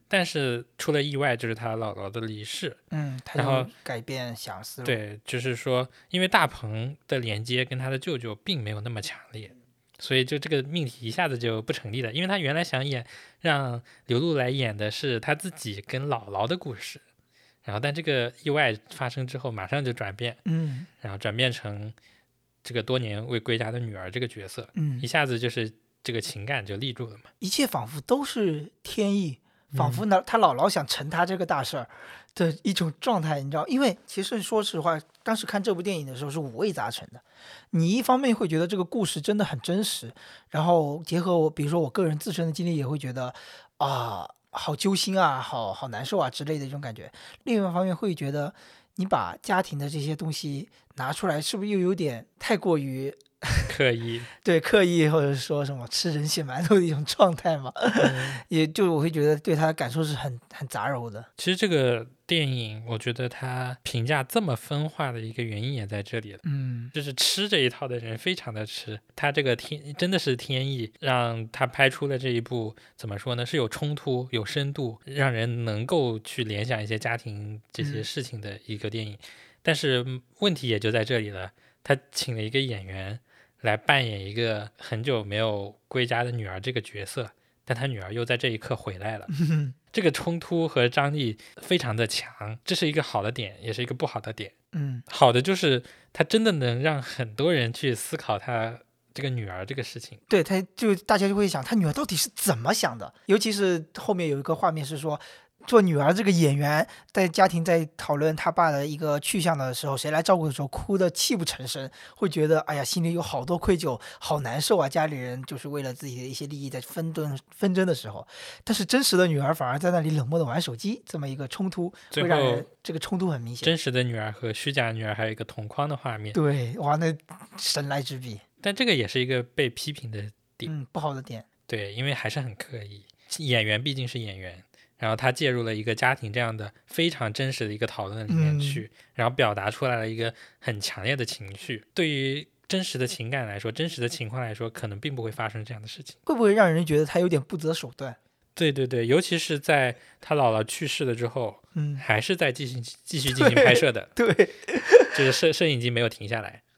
但是出了意外，就是他姥姥的离世。 他就改变想思路。 对，就是说，因为大鹏的连接跟他的舅舅并没有那么强烈，所以就这个命题一下子就不成立了。因为他原来想让刘露来演的是他自己跟姥姥的故事，然后但这个意外发生之后，马上就转变，然后转变成这个多年未归家的女儿这个角色，一下子就是这个情感就立住了嘛。 一切仿佛都是天意，仿佛他姥姥想成他这个大事儿的一种状态，你知道？因为其实说实话，当时看这部电影的时候是五味杂陈的。你一方面会觉得这个故事真的很真实，然后结合比如说我个人自身的经历，也会觉得好揪心啊，好难受啊之类的这种感觉。另外一方面会觉得你把家庭的这些东西拿出来，是不是又有点太过于刻意？ 对，刻意，或者说什么吃人血馒头的一种状态嘛。也就我会觉得对他的感受是很杂糅的。 其实这个电影我觉得他评价这么分化的一个原因也在这里了。就是吃这一套的人非常的吃，他这个真的是天意，让他拍出了这一部怎么说呢，是有冲突有深度，让人能够去联想一些家庭这些事情的一个电影。但是问题也就在这里了，他请了一个演员来扮演一个很久没有归家的女儿这个角色，但他女儿又在这一刻回来了。这个冲突和张力非常的强，这是一个好的点，也是一个不好的点。好的就是他真的能让很多人去思考他这个女儿这个事情。 对，大家就会想他女儿到底是怎么想的，尤其是后面有一个画面是说做女儿这个演员在家庭在讨论他爸的一个去向的时候，谁来照顾的时候哭得泣不成声，会觉得哎呀心里有好多愧疚，好难受啊，家里人就是为了自己的一些利益在纷争的时候。但是真实的女儿反而在那里冷漠的玩手机，这么一个冲突会让人这个冲突很明显。 真实的女儿和虚假女儿还有一个同框的画面， 对，哇，那神来之笔。 但这个也是一个被批评的点， 不好的点。 对，因为还是很刻意，演员毕竟是演员，然后他介入了一个家庭这样的非常真实的一个讨论里面去，然后表达出来了一个很强烈的情绪。对于真实的情感来说，真实的情况来说，可能并不会发生这样的事情。 会不会让人觉得他有点不择手段？ 对对对，尤其是在他姥姥去世了之后，还是在继续进行拍摄的。 对， 就是摄影机没有停下来。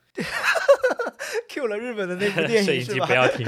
Q 了日本的那部电影摄影机不要停。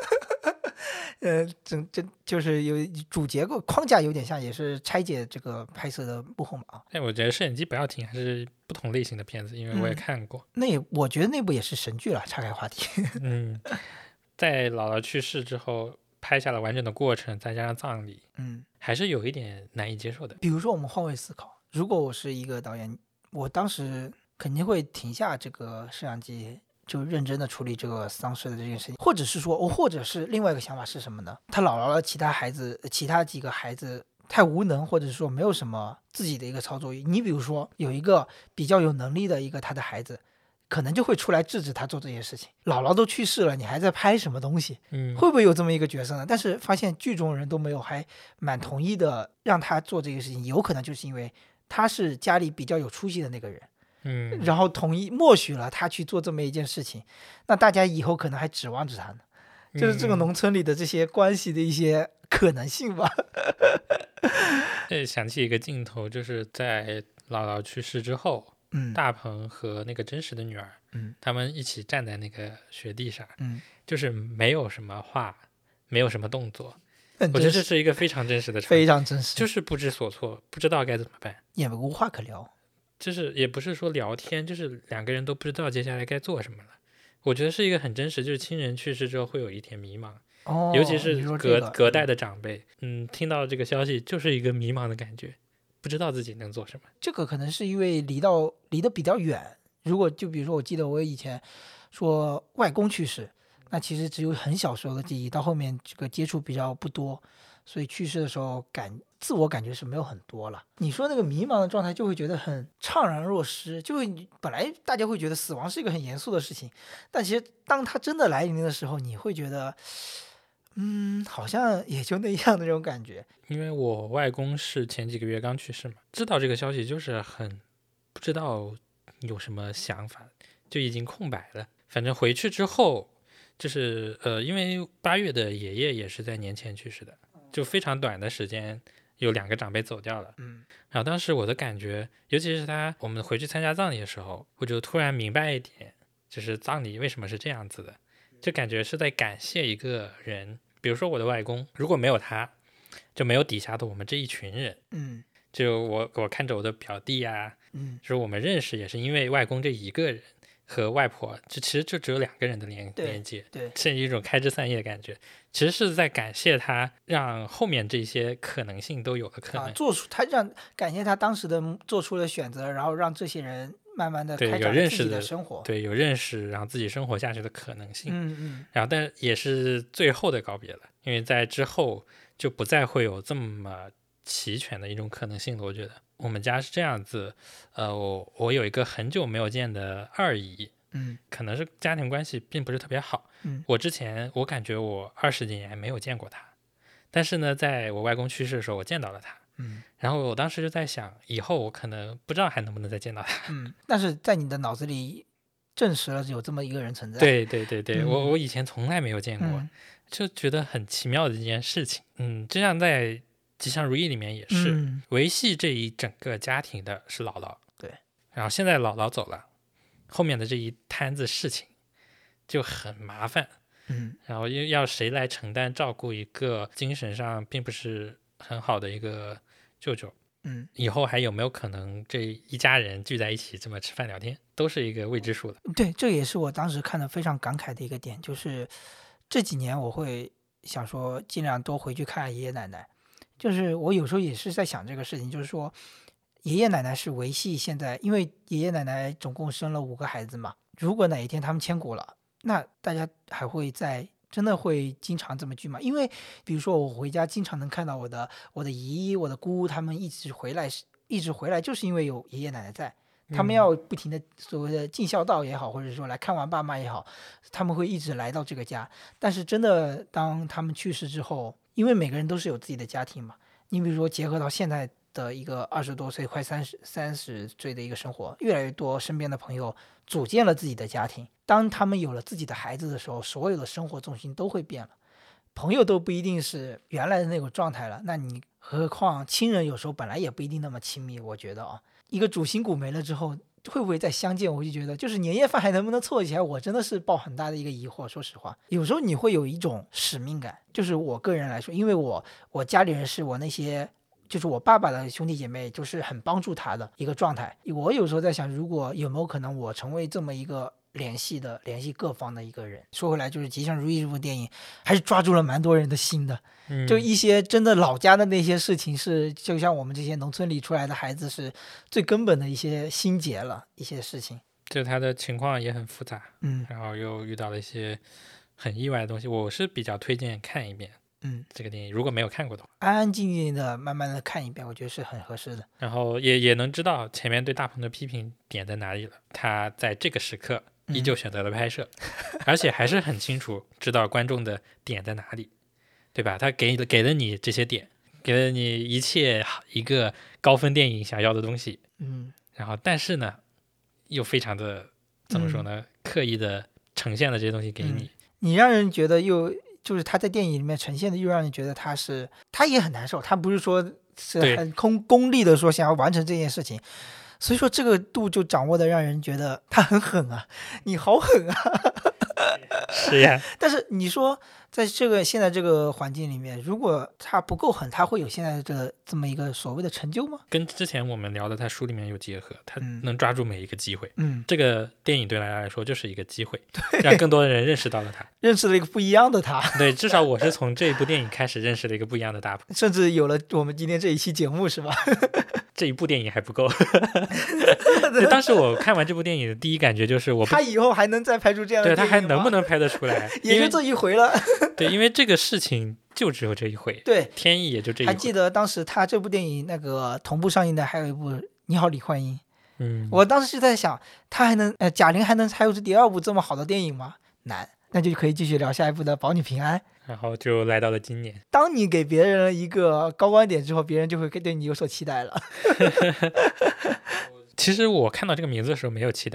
就是有主结构框架有点像，也是拆解这个拍摄的幕后嘛。 我觉得摄影机不要停还是不同类型的片子，因为我也看过。 我觉得那部也是神剧了。岔开话题。 在姥姥去世之后拍下了完整的过程，再加上葬礼，还是有一点难以接受的。 比如说我们换位思考，如果我是一个导演，我当时肯定会停下这个摄像机，就认真的处理这个丧事的这件事情。或者是另外一个想法是什么呢？他姥姥的其他几个孩子太无能，或者说没有什么自己的一个操作。你比如说有一个比较有能力的一个他的孩子，可能就会出来制止他做这件事情。姥姥都去世了，你还在拍什么东西？会不会有这么一个角色呢？但是发现剧中人都没有，还蛮同意的让他做这个事情。有可能就是因为他是家里比较有出息的那个人，然后默许了他去做这么一件事情。那大家以后可能还指望着他呢。就是这个农村里的这些关系的一些可能性吧。 想起一个镜头，就是在姥姥去世之后，大鹏和那个真实的女儿，他们一起站在那个雪地上，就是没有什么话，没有什么动作。我觉得这是一个非常真实的场景， 非常真实， 就是不知所措，不知道该怎么办， 也无话可聊。 就是也不是说聊天，就是两个人都不知道接下来该做什么了。我觉得是一个很真实，就是亲人去世之后会有一点迷茫，尤其是隔代的长辈，听到这个消息就是一个迷茫的感觉，不知道自己能做什么。 这个可能是因为离得比较远。如果就比如说，我记得我以前说外公去世，那其实只有很小时候的记忆，到后面这个接触比较不多，所以去世的时候自我感觉是没有很多了。你说那个迷茫的状态，就会觉得很怅然若失。就本来大家会觉得死亡是一个很严肃的事情，但其实当它真的来临的时候，你会觉得好像也就那样的这种感觉。 因为我外公是前几个月刚去世嘛，知道这个消息就是很不知道有什么想法，就已经空白了。反正回去之后就是因为8月的爷爷也是在年前去世的，就非常短的时间有2个长辈走掉了。然后当时我的感觉，尤其是我们回去参加葬礼的时候，我就突然明白一点，就是葬礼为什么是这样子的，就感觉是在感谢一个人。比如说我的外公，如果没有他，就没有底下的我们这一群人。就我看着我的表弟啊，就是我们认识也是因为外公这一个人和外婆，其实就只有2个人的连接， 对， 甚至一种开枝散叶的感觉。其实是在感谢他，让后面这些可能性都有了可能。 感谢他当时的做出了选择，然后让这些人慢慢的开展自己的生活。 对，有认识，然后自己生活下去的可能性。然后但也是最后的告别了，因为在之后就不再会有这么齐全的一种可能性了。我觉得我们家是这样子，我有一个很久没有见的2姨，可能是家庭关系并不是特别好。我感觉我20几年没有见过她，但是呢，在我外公去世的时候，我见到了她。然后我当时就在想，以后我可能不知道还能不能再见到她。 但是在你的脑子里证实了有这么一个人存在。 对，我以前从来没有见过，就觉得很奇妙的一件事情。就像在吉祥如意里面也是，维系这一整个家庭的是姥姥。 对， 然后现在姥姥走了，后面的这一摊子事情就很麻烦。然后要谁来承担照顾一个精神上并不是很好的一个舅舅？以后还有没有可能这一家人聚在一起这么吃饭聊天，都是一个未知数的。 对，这也是我当时看的非常感慨的一个点，就是这几年我会想说尽量多回去看爷爷奶奶。就是我有时候也是在想这个事情，就是说爷爷奶奶是维系现在，因为爷爷奶奶总共生了5个孩子嘛，如果哪一天他们千古了，那大家还会真的会经常这么聚吗？因为比如说我回家经常能看到我的姨我的姑他们一直回来，就是因为有爷爷奶奶在，他们要不停的所谓的尽孝道也好，或者说来看望爸妈也好，他们会一直来到这个家。但是真的当他们去世之后，因为每个人都是有自己的家庭嘛，你比如说结合到现在的一个20多岁快30岁的一个生活，越来越多身边的朋友组建了自己的家庭，当他们有了自己的孩子的时候，所有的生活重心都会变了，朋友都不一定是原来的那种状态了，那你何况亲人有时候本来也不一定那么亲密。我觉得一个主心骨没了之后会不会再相见，我就觉得就是年夜饭还能不能凑起来，我真的是抱很大的一个疑惑。说实话，有时候你会有一种使命感，就是我个人来说，因为我家里人是我那些就是我爸爸的兄弟姐妹，就是很帮助他的一个状态。我有时候在想，如果有没有可能我成为这么一个联系各方的一个人。说回来，就是《吉祥如意》这部电影还是抓住了蛮多人的心的。就一些真的老家的那些事情是，就像我们这些农村里出来的孩子是最根本的一些心结了，一些事情。 就他的情况也很复杂，然后又遇到了一些很意外的东西。我是比较推荐看一遍，这个电影如果没有看过的话， 安安静静的慢慢的看一遍，我觉得是很合适的。 然后也能知道前面对大鹏的批评点在哪里了，他在这个时刻依旧选择了拍摄，而且还是很清楚知道观众的点在哪里，对吧？他给了你这些点，给了你一切一个高分电影想要的东西，然后但是呢又非常的怎么说呢，刻意的呈现了这些东西给你， 你让人觉得又就是他在电影里面呈现的，又让人觉得他也很难受，他不是说是很功利的说想要完成这件事情，所以说这个度就掌握的让人觉得他很狠啊，你好狠啊。 是呀， 但是你说在现在这个环境里面，如果他不够狠，他会有现在这么一个所谓的成就吗？ 跟之前我们聊的他书里面有结合，他能抓住每一个机会。这个电影对他来说就是一个机会，让更多的人认识到了他， 认识了一个不一样的他。 对，至少我是从这一部电影开始认识了一个不一样的大鹏， 甚至有了我们今天这一期节目，是吧？ 这一部电影还不够。当时我看完这部电影的第一感觉就是他以后还能再拍出这样的电影吗？ 对，他还能不能拍得出来？ 也就这一回了。 对，因为这个事情就只有这一回。 对， 天意也就这一回。 还记得当时他这部电影那个同步上映的还有一部《你好，李焕英》。我当时就在想，他还能贾玲还能拍出第2部这么好的电影吗？难，那就可以继续聊下一部的《保你平安》。 然后就来到了今年。 当你给别人一个高光点之后，别人就会对你有所期待了。 其实我看到这个名字的时候没有期待，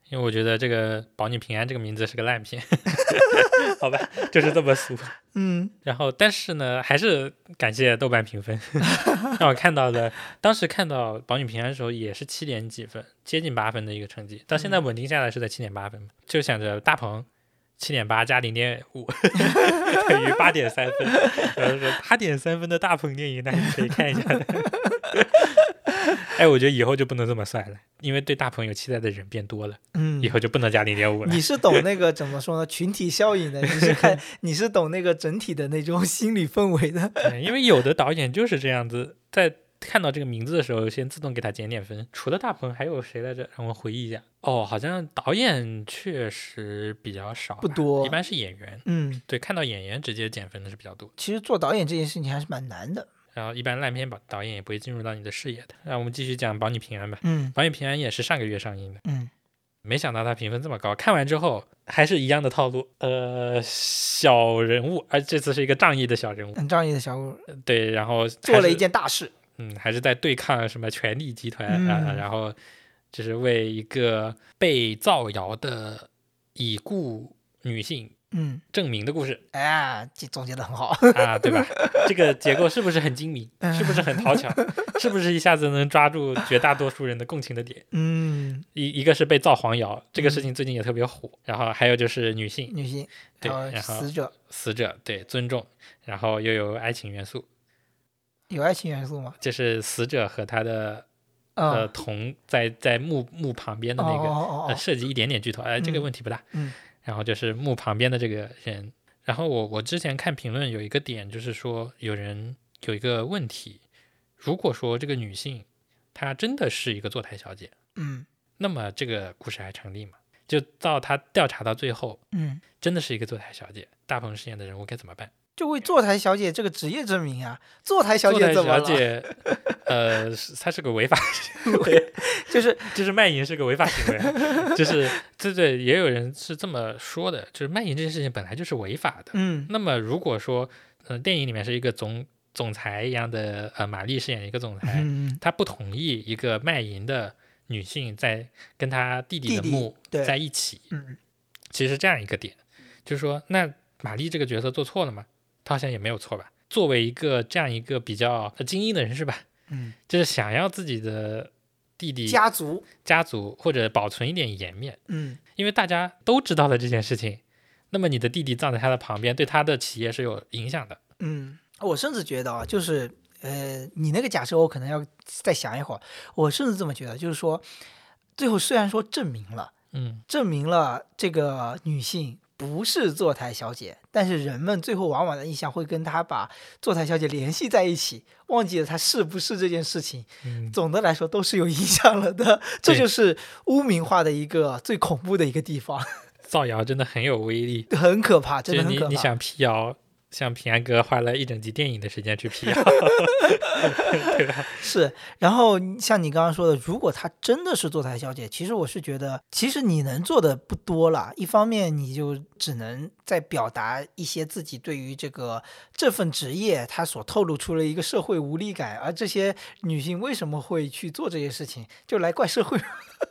因为我觉得这个保你平安这个名字是个烂片好吧，就是这么俗。然后但是呢还是感谢豆瓣评分让我看到的，当时看到保你平安的时候也是7点几分，接近8分的一个成绩，到现在稳定下来是在7.8分，就想着大鹏7.8加0.5等于8.3分，然后说8.3分的大鹏电影那你可以看一下的哎，我觉得以后就不能这么算了，因为对大鹏有期待的人变多了，以后就不能加0.5了。 你是懂那个怎么说呢？群体效应的，你是懂那个整体的那种心理氛围的。 因为有的导演就是这样子，在看到这个名字的时候，先自动给他减点分。除了大鹏，还有谁来着？让我回忆一下。哦，好像导演确实比较少， 不多， 一般是演员。对，看到演员直接减分的是比较多。 其实做导演这件事情还是蛮难的。 然后一般烂片导演也不会进入到你的视野的。那我们继续讲保你平安吧。保你平安也是上个月上映的。没想到它评分这么高，看完之后还是一样的套路。小人物，这次是一个仗义的小人物。 仗义的小人物。 对，然后做了一件大事。 还是在对抗什么权力集团然后就是为一个被造谣的已故女性证明的故事。 这总结得很好对吧？这个结构是不是很精明？是不是很讨巧？是不是一下子能抓住绝大多数人的共情的点？一个是被造黄谣，这个事情最近也特别火。然后还有就是女性，对，然后死者，对，尊重，然后又有爱情元素。 有爱情元素吗？ 就是死者和他的在墓旁边的那个涉及一点点剧透，这个问题不大。然后就是墓旁边的这个人，然后我之前看评论有一个点，就是说有人有一个问题，如果说这个女性她真的是一个坐台小姐，那么这个故事还成立吗？就到他调查到最后，真的是一个坐台小姐，大鹏饰演的人物该怎么办？ 就为坐台小姐这个职业证明啊！坐台小姐怎么了？ 坐台小姐，她是个违法行为，就是卖淫是个违法行为，就是对，也有人是这么说的，就是卖淫这件事情本来就是违法的。那么如果说，电影里面是一个总裁一样的，玛丽饰演一个总裁，她不同意一个卖淫的女性在跟她弟弟的墓在一起，其实这样一个点，就是说，那玛丽这个角色做错了吗？他好像也没有错吧。作为一个这样一个比较精英的人是吧，就是想要自己的弟弟家族或者保存一点颜面，因为大家都知道了这件事情，那么你的弟弟葬在他的旁边，对他的企业是有影响的。 我甚至觉得就是你那个假设我可能要再想一会儿，我甚至这么觉得，就是说最后虽然说证明了这个女性不是坐台小姐，但是人们最后往往的印象会跟她把坐台小姐联系在一起，忘记了她是不是这件事情。总的来说都是有影响了的，这就是污名化的一个最恐怖的一个地方。 造谣真的很有威力， 很可怕，真的很可怕。 你想辟谣，像平安哥花了一整集电影的时间去辟谣对吧？ 是。然后像你刚刚说的，如果她真的是坐台小姐，其实我是觉得其实你能做的不多了。一方面你就只能在表达一些自己对于这份职业它所透露出了一个社会无力感，而这些女性为什么会去做这些事情，就来怪社会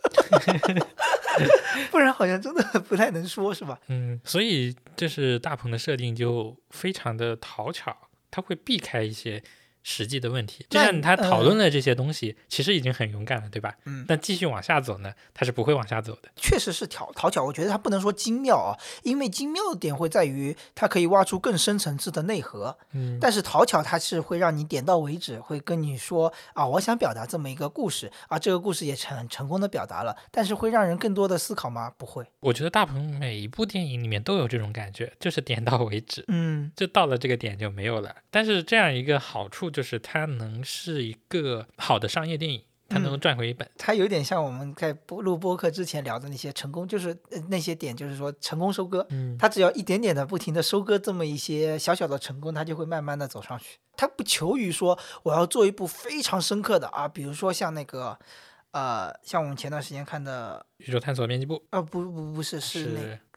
不然好像真的不太能说，是吧？ 所以这是大鹏的设定就非常的讨巧，他会避开一些实际的问题。就像他讨论了这些东西，其实已经很勇敢了，对吧？但继续往下走呢，他是不会往下走的。 确实是讨巧，我觉得他不能说精妙啊，因为精妙的点会在于他可以挖出更深层次的内核。但是讨巧它是会让你点到为止，会跟你说我想表达这么一个故事这个故事也成功的表达了，但是会让人更多的思考吗？不会。 我觉得大鹏每一部电影里面都有这种感觉，就是点到为止，就到了这个点就没有了。但是这样一个好处就是它能是一个好的商业电影，它能赚回本。 它有点像我们在录播客之前聊的那些成功，就是那些点，就是说成功收割。它只要一点点的不停的收割这么一些小小的成功，它就会慢慢的走上去。它不求于说我要做一部非常深刻的比如说像那个像我们前段时间看的宇宙探索编辑部不是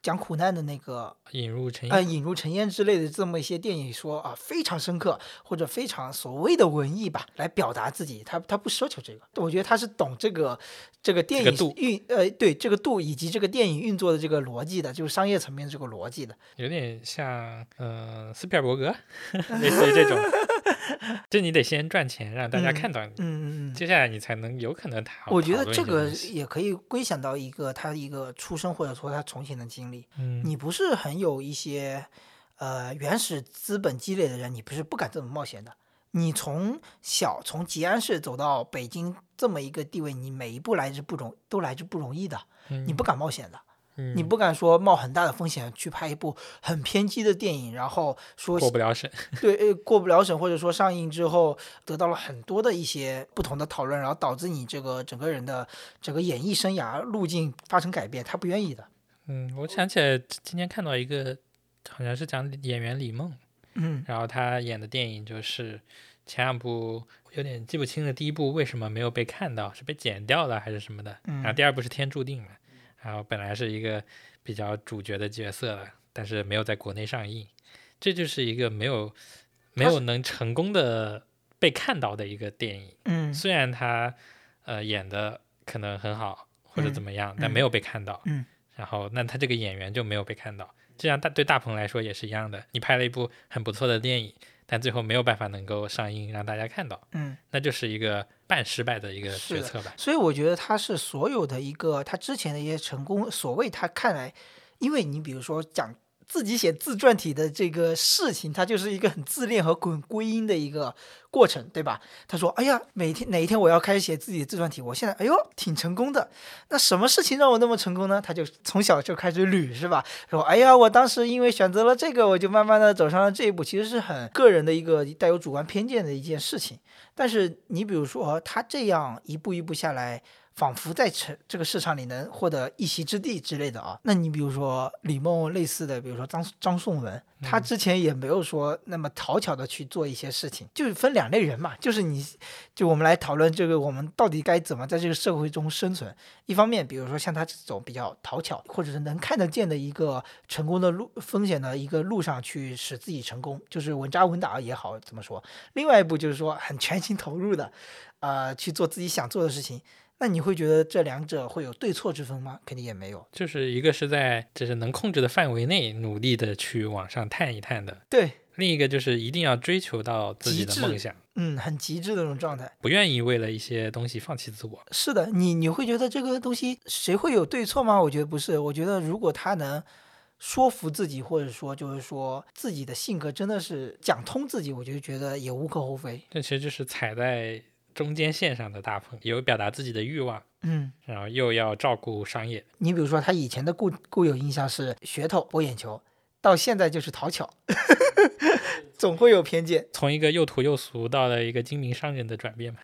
讲苦难的那个引入尘烟之类的这么一些电影，说啊非常深刻或者非常所谓的文艺吧，来表达自己，他不奢求这个。我觉得他是懂这个电影对这个度以及这个电影运作的这个逻辑的，就是商业层面这个逻辑的， 有点像斯皮尔伯格类似于这种。就你得先赚钱让大家看到你，接下来你才能有可能我觉得这个也可以归想到他一个出生或者说他从前的经历。你不是很有一些原始资本积累的人，你不是不敢这么冒险的。你从吉安市走到北京这么一个地位，你每一步都来之不容易的，你不敢冒险的。你不敢说冒很大的风险去拍一部很偏激的电影，然后说过不了审， 对，过不了审，或者说上映之后得到了很多的一些不同的讨论，然后导致你这个整个人的整个演艺生涯路径发生改变，他不愿意的。 我想起来今天看到一个好像是讲演员李梦，然后他演的电影就是前2部有点记不清了，第1部为什么没有被看到，是被剪掉了还是什么的，然后第2部是天注定嘛。然后本来是一个比较主角的角色了，但是没有在国内上映，这就是一个没有能成功的被看到的一个电影。虽然他演的可能很好或者怎么样，但没有被看到。然后那他这个演员就没有被看到，这样对大鹏来说也是一样的，你拍了一部很不错的电影，但最后没有办法能够上映让大家看到，那就是一个半失败的一个决策吧。 所以我觉得他是所有的一个他之前的一些成功，所谓他看来，因为你比如说讲自己写自传体的这个事情，它就是一个很自恋和归因的一个过程，对吧？他说哎呀，哪一天我要开始写自己的自传体，我现在哎呦挺成功的，那什么事情让我那么成功呢？他就从小就开始捋，是吧？说哎呀，我当时因为选择了这个，我就慢慢的走上了这一步，其实是很个人的一个带有主观偏见的一件事情。但是你比如说他这样一步一步下来，仿佛在这个市场里能获得一席之地之类的啊。那你比如说李梦类似的，比如说张颂文，他之前也没有说那么讨巧的去做一些事情，就是分2类人嘛，就是我们来讨论这个我们到底该怎么在这个社会中生存。一方面比如说像他这种比较讨巧或者是能看得见的一个成功的风险的一个路上去使自己成功，就是稳扎稳打也好怎么说。另外一步就是说很全心投入的去做自己想做的事情。那你会觉得这2者会有对错之分吗？肯定也没有， 就是一个是在就是能控制的范围内努力的去往上探一探的， 对， 另一个就是一定要追求到自己的梦想， 很极致的那种状态， 不愿意为了一些东西放弃自我。 是的，你会觉得这个东西谁会有对错吗？我觉得不是，我觉得如果他能说服自己，或者说就是说自己的性格真的是讲通自己，我就觉得也无可厚非。 这其实就是踩在中间线上的大鹏，有表达自己的欲望，然后又要照顾商业。 你比如说他以前的固有印象是噱头博眼球，到现在就是讨巧总会有偏见， 从一个又土又俗到了一个精明商人的转变嘛。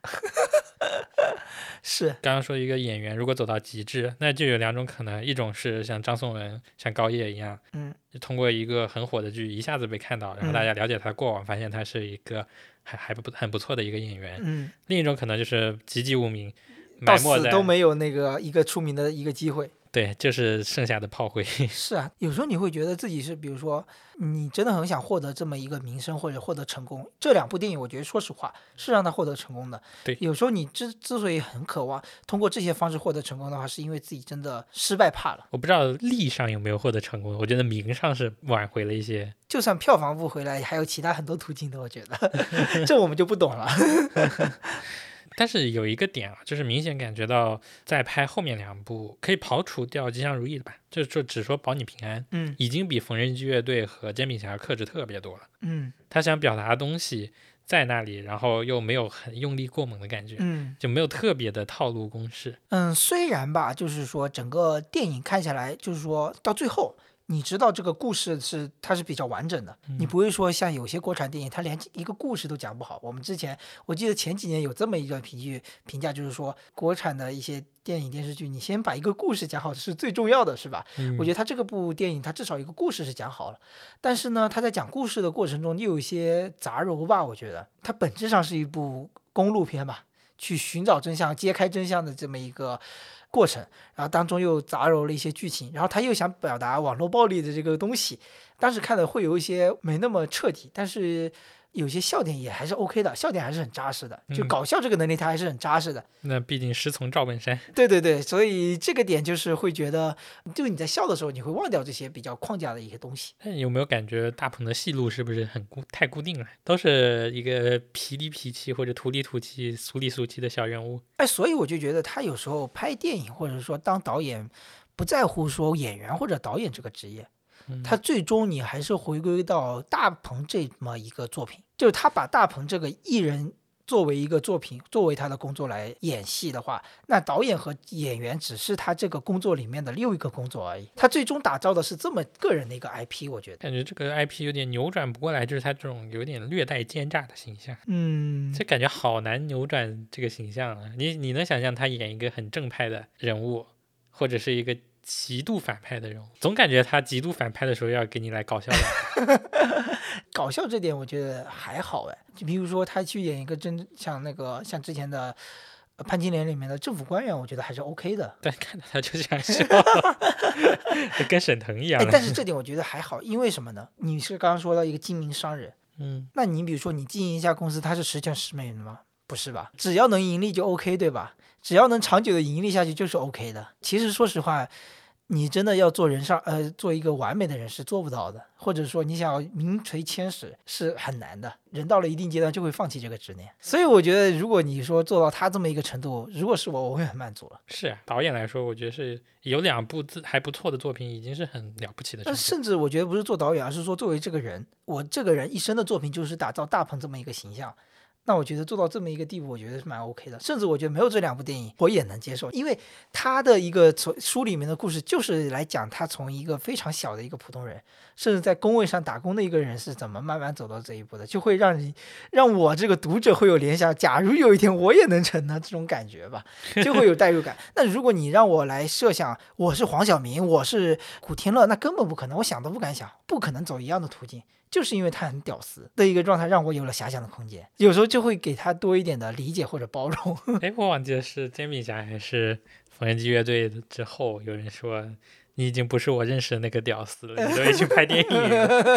是刚刚说一个演员如果走到极致，那就有2种可能，一种是像张颂文像高叶一样，通过一个很火的剧一下子被看到，然后大家了解他的过往，发现他是一个很不错的一个演员。另一种可能就是籍籍无名， 到死都没有那个一个出名的一个机会。 对，就是剩下的炮灰。 是啊，有时候你会觉得自己是，比如说你真的很想获得这么一个名声或者获得成功，这2部电影我觉得说实话是让他获得成功的。 对， 有时候你之所以很渴望通过这些方式获得成功的话，是因为自己真的失败怕了。 我不知道利上有没有获得成功，我觉得名上是挽回了一些， 就算票房不回来还有其他很多途径的，我觉得这我们就不懂了。 但是有一个点啊，就是明显感觉到在拍后面2部，可以刨除掉吉祥如意的吧，就只说保你平安，已经比缝纫机乐队和煎饼侠克制特别多了。他想表达的东西在那里，然后又没有很用力过猛的感觉，就没有特别的套路公式。 虽然吧，就是说整个电影看下来，就是说到最后你知道这个故事它是比较完整的，你不会说像有些国产电影它连一个故事都讲不好。我记得前几年有这么一个评价，就是说国产的一些电影电视剧，你先把一个故事讲好是最重要的，是吧？我觉得它这个部电影它至少一个故事是讲好了，但是呢它在讲故事的过程中又有一些杂糅吧。我觉得它本质上是一部公路片吧，去寻找真相揭开真相的这么一个过程，然后当中又杂糅了一些剧情，然后他又想表达网络暴力的这个东西，当时看的会有一些没那么彻底，但是有些笑点也还是 OK 的，笑点还是很扎实的，就搞笑这个能力他还是很扎实的。 那毕竟师从赵本山。 对对对，所以这个点就是会觉得，就你在笑的时候，你会忘掉这些比较框架的一些东西。 有没有感觉大鹏的戏路是不是太固定了？都是一个痞里痞气或者土里土气、俗里俗气的小人物。 所以我就觉得他有时候拍电影或者说当导演，不在乎说演员或者导演这个职业。他最终你还是回归到大鹏这么一个作品，就是他把大鹏这个艺人作为一个作品，作为他的工作来演戏的话，那导演和演员只是他这个工作里面的另一个工作而已。他最终打造的是这么个人的一个 IP， 我觉得感觉这个 IP 有点扭转不过来，就是他这种有点略带奸诈的形象。这感觉好难扭转这个形象啊！你能想象他演一个很正派的人物，或者是一个极度反派的人物，总感觉他极度反派的时候要给你来搞笑的。 搞笑这点我觉得还好就比如说他去演一个像之前的潘金莲里面的政府官员，我觉得还是 OK 的。 但看到他就想笑，跟沈腾一样。 但是这点我觉得还好，因为什么呢？你是刚刚说到一个精明商人，那你比如说你经营一家公司，它是十全十美的吗？不是吧？只要能盈利就 OK， 对吧？只要能长久的盈利下去就是 OK 的。其实说实话，你真的要做做一个完美的人是做不到的，或者说你想要名垂千史是很难的。人到了一定阶段就会放弃这个执念。所以我觉得如果你说做到他这么一个程度，如果是我会很满足了。 是啊，导演来说我觉得是有2部还不错的作品已经是很了不起的程度。 甚至我觉得不是做导演，而是说作为这个人，我这个人一生的作品就是打造大鹏这么一个形象。那我觉得做到这么一个地步，我觉得是蛮 OK 的。甚至我觉得没有这2部电影我也能接受，因为他的一个书里面的故事就是来讲他从一个非常小的一个普通人，甚至在工位上打工的一个人是怎么慢慢走到这一步的，就会让我这个读者会有联想，假如有一天我也能成呢，这种感觉吧，就会有代入感。那如果你让我来设想我是黄晓明，我是古天乐，那根本不可能，我想都不敢想，不可能走一样的途径。就是因为他很屌丝的一个状态，让我有了遐想的空间，有时候就会给他多一点的理解或者包容。 我忘记了是煎饼侠还是缝纫机乐队之后，有人说你已经不是我认识的那个屌丝了，你都已经拍电影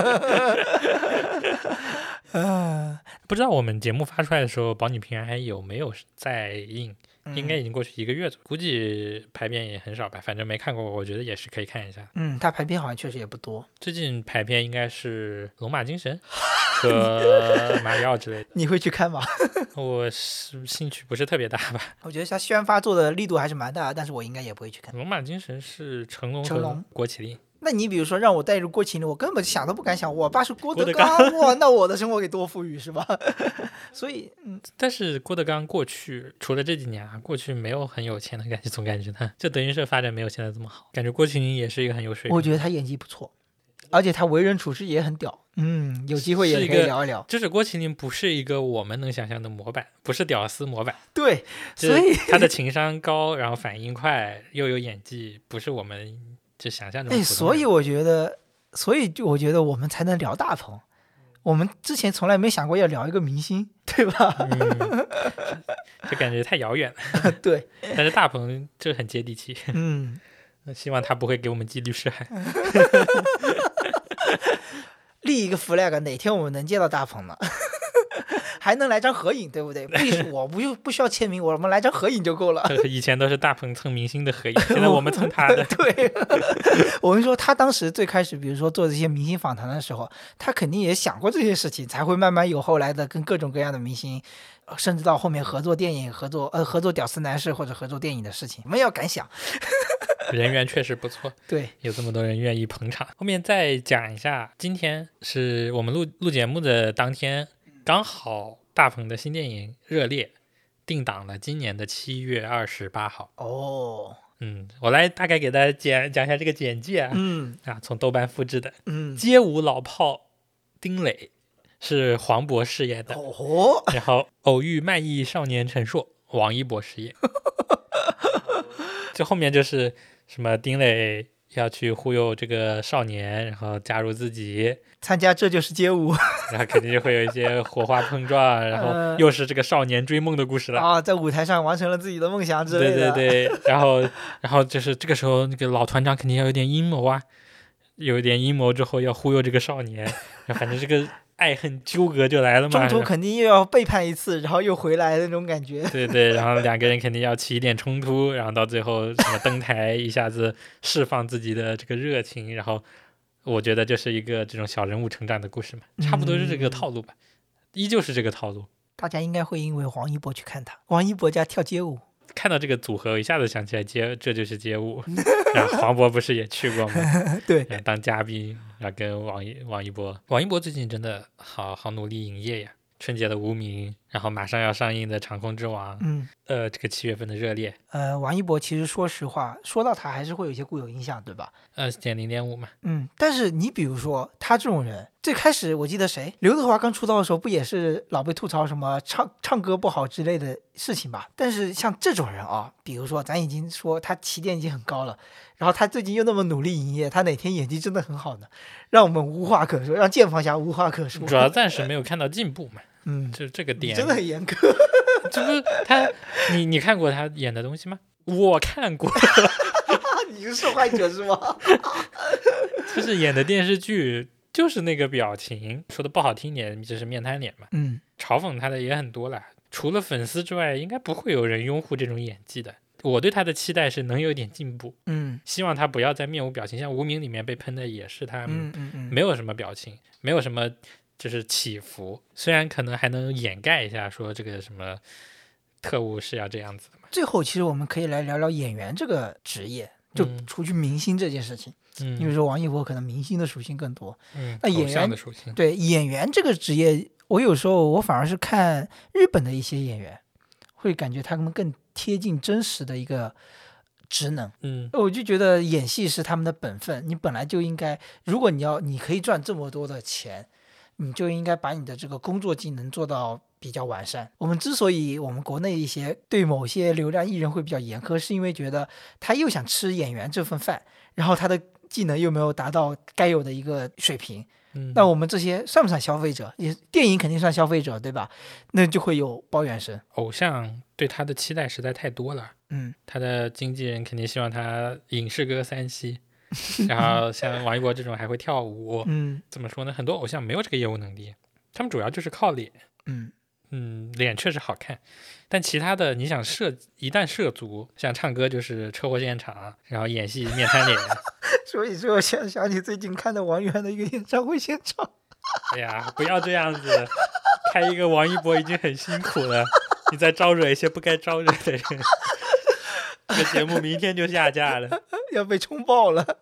了。不知道我们节目发出来的时候，保你平安还有没有在映？应该已经过去1个月左右，估计排片也很少吧，反正没看过，我觉得也是可以看一下。 他排片好像确实也不多， 最近排片应该是《龙马精神》和马里奥之类的。 你会去看吗？ 我是兴趣不是特别大吧。 我觉得他宣发做的力度还是蛮大的，但是我应该也不会去看。 龙马精神是成龙和郭麒麟。 那你比如说让我带入郭麒麟，我根本想都不敢想，我爸是郭德纲，哇，那我的生活给多富裕是吧？所以但是郭德纲过去除了这几年过去没有很有钱的感觉，总感觉他就德云社发展没有现在这么好。感觉郭麒麟也是一个很有水平， 我觉得他演技不错，而且他为人处事也很屌。有机会也可以聊一聊。 就是郭麒麟不是一个我们能想象的模板，不是屌丝模板。 对，所以他的情商高，然后反应快，又有演技，不是我们就想象中。 所以我觉得我们才能聊大鹏。我们之前从来没想过要聊一个明星，对吧？ 就感觉太遥远了。 对， 但是大鹏就很接地气。希望他不会给我们寄律师函。 立一个 flag， 哪天我们能见到大鹏呢？还能来张合影，对不对？我不需要签名，我们来张合影就够了。 以前都是大鹏蹭明星的合影，现在我们蹭他的。 对，我跟你说，他当时最开始，比如说做这些明星访谈的时候，他肯定也想过这些事情，才会慢慢有后来的跟各种各样的明星，甚至到后面合作电影、合作屌丝男士或者合作电影的事情，我们要敢想。 人缘确实不错， 对， 有这么多人愿意捧场。后面再讲一下，今天是我们录节目的当天，刚好大鹏的新电影《热烈》定档了今年的7月28号。我来大概给大家讲一下这个简介从豆瓣复制的。街舞老炮丁磊是黄渤饰演的，然后偶遇卖艺少年陈硕，王一博饰演。这后面就是什么丁磊要去忽悠这个少年，然后加入自己参加这就是街舞， 然后肯定就会有一些火花碰撞，然后又是这个少年追梦的故事了啊，在舞台上完成了自己的梦想之类的。 对，然后就是这个时候那个老团长肯定要有点阴谋啊，有一点阴谋之后要忽悠这个少年，反正这个爱恨纠葛就来了嘛， 中途肯定又要背叛一次，然后又回来的那种感觉。 对，然后两个人肯定要起一点冲突，然后到最后什么登台一下子释放自己的这个热情，然后我觉得就是一个这种小人物成长的故事嘛，差不多是这个套路吧，依旧是这个套路。 大家应该会因为王一博去看他，王一博家跳街舞。 看到这个组合，我一下子想起来这就是街舞。然后黄渤不是也去过吗？ 对， 当嘉宾，然后跟王一博最近真的好努力营业呀。春节的无名，然后马上要上映的长空之王，这个7月份的热烈。 王一博其实说实话，说到他还是会有一些固有印象，对吧减0.5嘛。 但是你比如说他这种人，最开始我记得刘德华刚出道的时候，不也是老被吐槽什么唱歌不好之类的事情吧？但是像这种人啊，比如说咱已经说他起点已经很高了，然后他最近又那么努力营业，他哪天演技真的很好呢？让我们无话可说，让键盘侠无话可说。 主要暂时没有看到进步嘛。就这个点真的很严格。 这不他，你看过他演的东西吗？我看过。 你是受害者是吗？ 就是演的电视剧就是那个表情，说的不好听点就是面瘫脸嘛。嘲讽他的也很多了，除了粉丝之外，应该不会有人拥护这种演技的。我对他的期待是能有一点进步，希望他不要再面无表情，像无名里面被喷的也是他，没有什么表情，没有什么就是起伏，虽然可能还能掩盖一下说这个什么特务是要这样子的嘛。 最后其实我们可以来聊聊演员这个职业，就除去明星这件事情，因为说王一博可能明星的属性更多，那演员的属性， 对演员这个职业，我有时候我反而是看日本的一些演员，会感觉他们更贴近真实的一个职能。我就觉得演戏是他们的本分，你本来就应该，如果你可以赚这么多的钱，你就应该把你的这个工作技能做到比较完善。我们之所以我们国内一些对某些流量艺人会比较严苛，是因为觉得他又想吃演员这份饭，然后他的技能又没有达到该有的一个水平。那我们这些算不算消费者？也电影肯定算消费者，对吧？那就会有抱怨声。 偶像对他的期待实在太多了。他的经纪人肯定希望他影视歌3期。然后像王一博这种还会跳舞，怎么说呢？很多偶像没有这个业务能力，他们主要就是靠脸，脸确实好看，但其他的你想一旦涉足，像唱歌就是车祸现场，然后演戏面瘫脸。 所以说我想起最近看的王源的一个演唱会现场。 哎呀，不要这样子，开一个王一博已经很辛苦了，你再招惹一些不该招惹的人。这个节目明天就下架了， 要被冲爆了。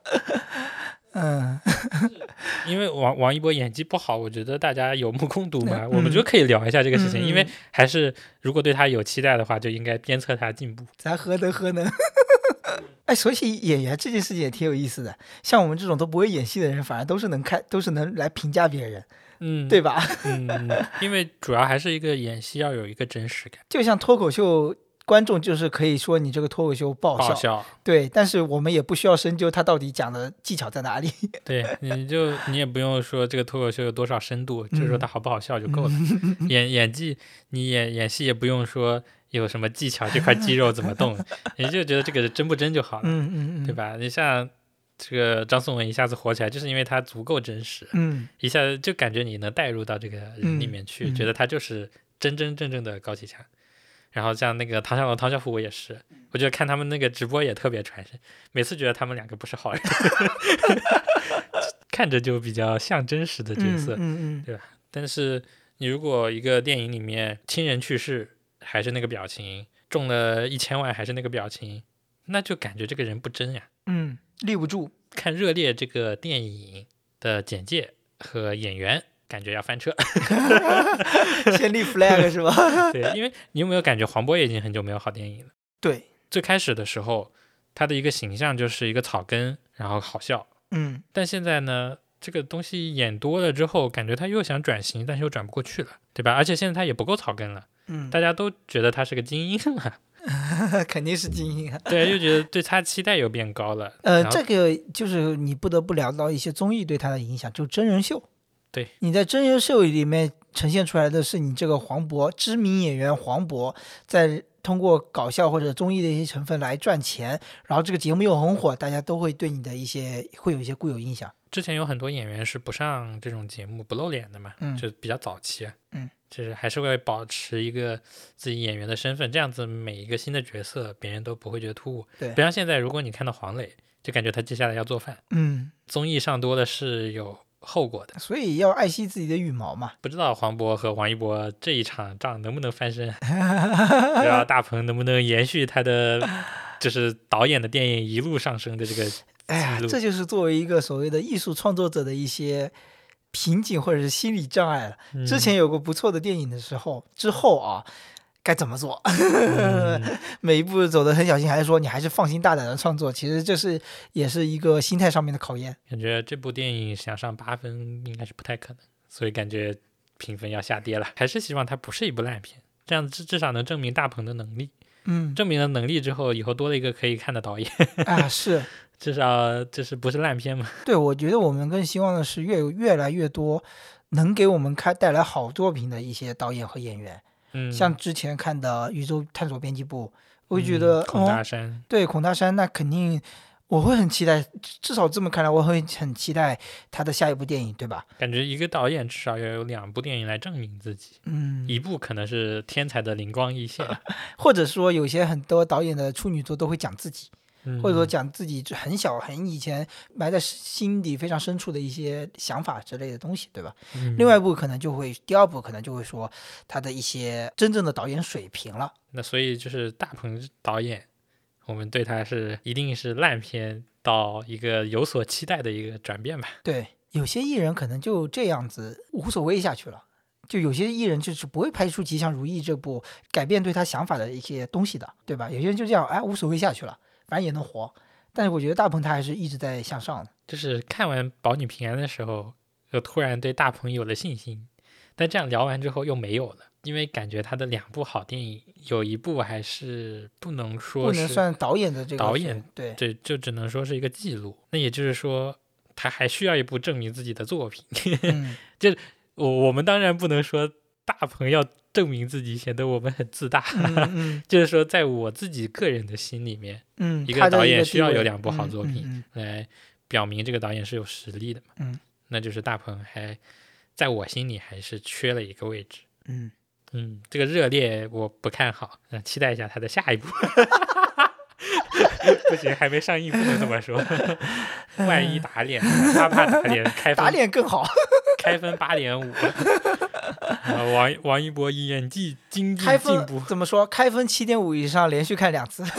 因为王一博演技不好，我觉得大家有目共睹嘛，我们就可以聊一下这个事情。因为还是如果对他有期待的话，就应该鞭策他进步。 咱何能？哎，说起演员这件事情也挺有意思的，像我们这种都不会演戏的人，反而都是能来评价别人，对吧？ 因为主要还是一个演戏要有一个真实感， 就像脱口秀。观众就是可以说你这个脱口秀不好笑，对，但是我们也不需要深究他到底讲的技巧在哪里。 对，你也不用说这个脱口秀有多少深度，就是说他好不好笑就够了。演技，你演戏也不用说有什么技巧，这块肌肉怎么动，你就觉得这个真不真就好了，对吧？你像这个张颂文一下子火起来，就是因为他足够真实，一下子就感觉你能带入到这个人里面去，觉得他就是真真正正的高启强。然后像那个唐小龙、唐小虎，我也是，我觉得看他们那个直播也特别传神，每次觉得他们两个不是好人，看着就比较像真实的角色，对吧？但是你如果一个电影里面亲人去世还是那个表情，中了1000万还是那个表情，那就感觉这个人不真呀， 立不住。 看《热烈》这个电影的简介和演员。感觉要翻车。 先立 flag 是吧？ 对，因为你有没有感觉黄渤已经很久没有好电影了？ 对， 最开始的时候他的一个形象就是一个草根，然后好笑，但现在呢这个东西演多了之后，感觉他又想转型，但是又转不过去了，对吧？而且现在他也不够草根了，大家都觉得他是个精英了， 肯定是精英啊。 对，就觉得对他期待又变高了。 这个就是你不得不聊到一些综艺对他的影响，就真人秀。 对，你在真人秀里面呈现出来的是你这个黄渤，知名演员黄渤在通过搞笑或者综艺的一些成分来赚钱，然后这个节目又很火，大家都会对你的会有一些固有印象。 之前有很多演员是不上这种节目不露脸的嘛，就比较早期，就是还是会保持一个自己演员的身份，这样子每一个新的角色别人都不会觉得突兀。 对， 不像现在，如果你看到黄磊，就感觉他接下来要做饭。综艺上多的是有后果的， 所以要爱惜自己的羽毛嘛。 不知道黄渤和王一博这一场仗能不能翻身，不知道大鹏能不能延续他的就是导演的电影一路上升的这个这就是作为一个所谓的艺术创作者的一些瓶颈或者是心理障碍了。之前有个不错的电影的时候，之后啊该怎么做？每一步走得很小心，还是说你还是放心大胆的创作？其实这也是一个心态上面的考验。 感觉这部电影想上8分应该是不太可能，所以感觉评分要下跌了。还是希望它不是一部烂片，这样至少能证明大鹏的能力。证明了能力之后，以后多了一个可以看的导演是至少这是不是烂片嘛？ 对，我觉得我们更希望的是越来越多能给我们带来好作品的一些导演和演员。像之前看的《宇宙探索编辑部》，我就觉得孔大山， 对孔大山，那肯定我会很期待，至少这么看来，我会很期待他的下一部电影，对吧？ 感觉一个导演至少要有2部电影来证明自己，一部可能是天才的灵光一现， 或者说有些很多导演的处女作都会讲自己。或者说讲自己很小很以前埋在心底非常深处的一些想法之类的东西，对吧？另外一部可能第二部可能就会说他的一些真正的导演水平了。 那所以就是大鹏导演，我们对他一定是烂片到一个有所期待的一个转变吧。 对，有些艺人可能就这样子无所谓下去了，就有些艺人就是不会拍出《吉祥如意》这部改变对他想法的一些东西的，对吧？有些人就这样无所谓下去了，反正也能活。但是我觉得大鹏他还是一直在向上的。 就是看完《保你平安》的时候，又突然对大鹏有了信心，但这样聊完之后又没有了，因为感觉他的2部好电影，有一部还是不能算导演的这个导演， 对， 就只能说是一个记录。那也就是说，他还需要一部证明自己的作品。就我们当然不能说大鹏要证明自己，显得我们很自大。就是说，在我自己个人的心里面，一个导演需要有2部好作品来表明这个导演是有实力的嘛。那就是大鹏还在我心里还是缺了一个位置。这个热烈我不看好，期待一下他的下一部。不行，还没上映，不能这么说。万一打脸，他怕打脸，开分打脸更好， 开分8.5。王一博演技经济进步， 怎么说？开分7.5以上，连续看2次。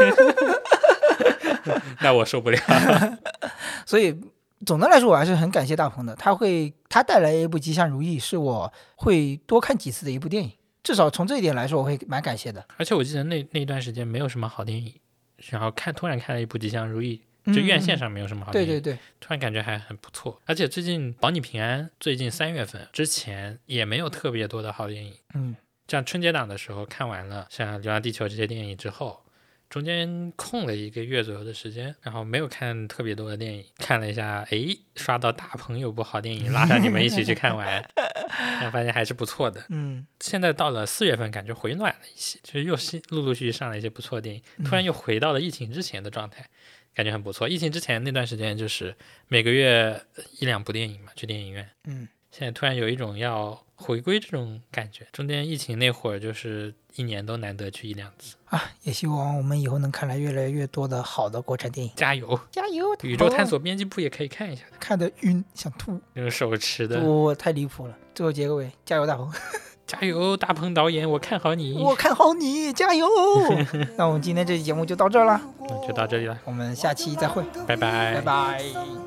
那我受不了。 所以总的来说，我还是很感谢大鹏的。他带来一部《吉祥如意》，是我会多看几次的一部电影。至少从这一点来说，我会蛮感谢的。 而且我记得那段时间没有什么好电影，然后突然看了一部《吉祥如意》，就院线上没有什么好电影。 对， 突然感觉还很不错。而且最近《保你平安》最近3月份之前也没有特别多的好电影。像春节档的时候看完了像《流浪地球》这些电影之后，中间空了1个月左右的时间，然后没有看特别多的电影，看了一下，刷到大鹏有部好电影，拉上你们一起去看完，然后发现还是不错的。现在到了4月份，感觉回暖了一些，就是又陆陆续续上了一些不错的电影，突然又回到了疫情之前的状态，感觉很不错。疫情之前那段时间就是每个月1-2部电影嘛，去电影院。现在突然有一种要回归这种感觉。中间疫情那会儿，就是1年都难得去1-2次也希望我们以后能看来越来越多的好的国产电影。 加油加油！ 宇宙探索编辑部也可以看一下， 看得晕想吐， 那种手持的， 太离谱了。最后结个尾，加油大鹏！ 加油大鹏导演，我看好你， 我看好你，加油！那我们今天这期节目就到这儿了， 就到这里了， 我们下期再会， 拜拜， 拜拜。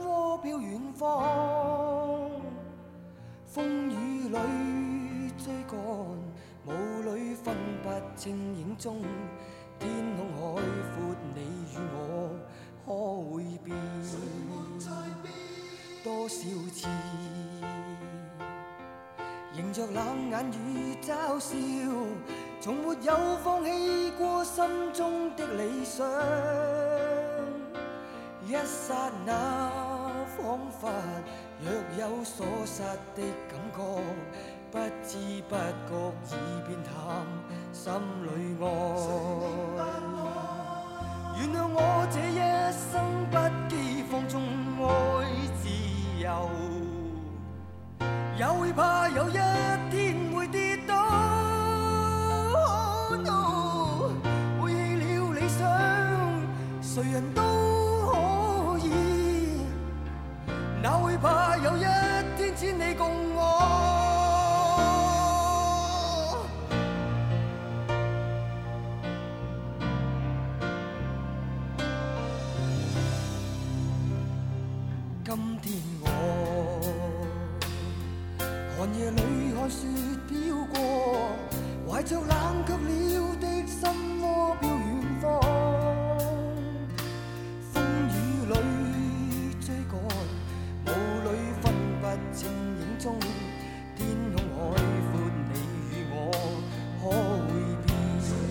風雨裏追趕，霧裏分不清影蹤，天空海闊，你與我可會變多少次？迎着冷眼與嘲笑， 從沒有放棄過心中的理想，一剎那彷彿若有所失的感覺，不知不覺已變淡心裏愛。原諒我這一生不羈放縱愛自由，也會怕有一天會跌倒。背棄了理想，誰人都可以，哪會怕有一天只你共我。今天我寒夜裏看雪飄過，懷着冷卻了的心窩飄遠方，風雨裏追趕，霧裏分不清影蹤，天空海闊，你與我可會變？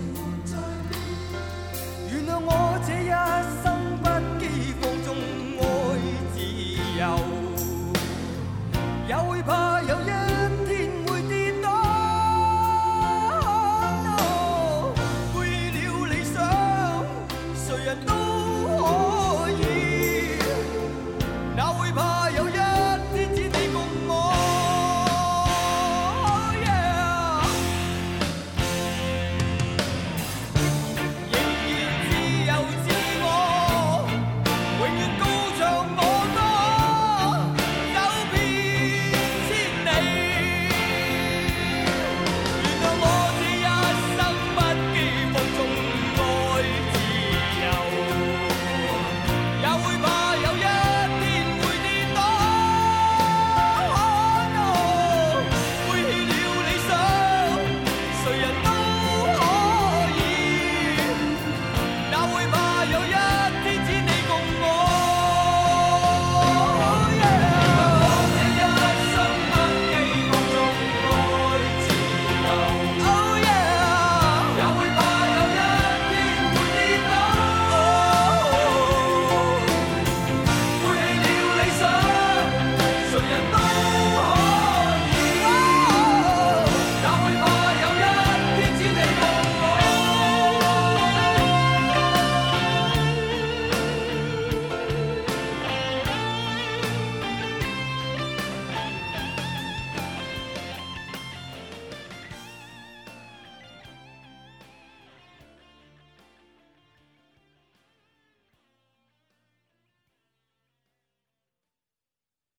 原諒我這一生不羈放縱愛自由，也會怕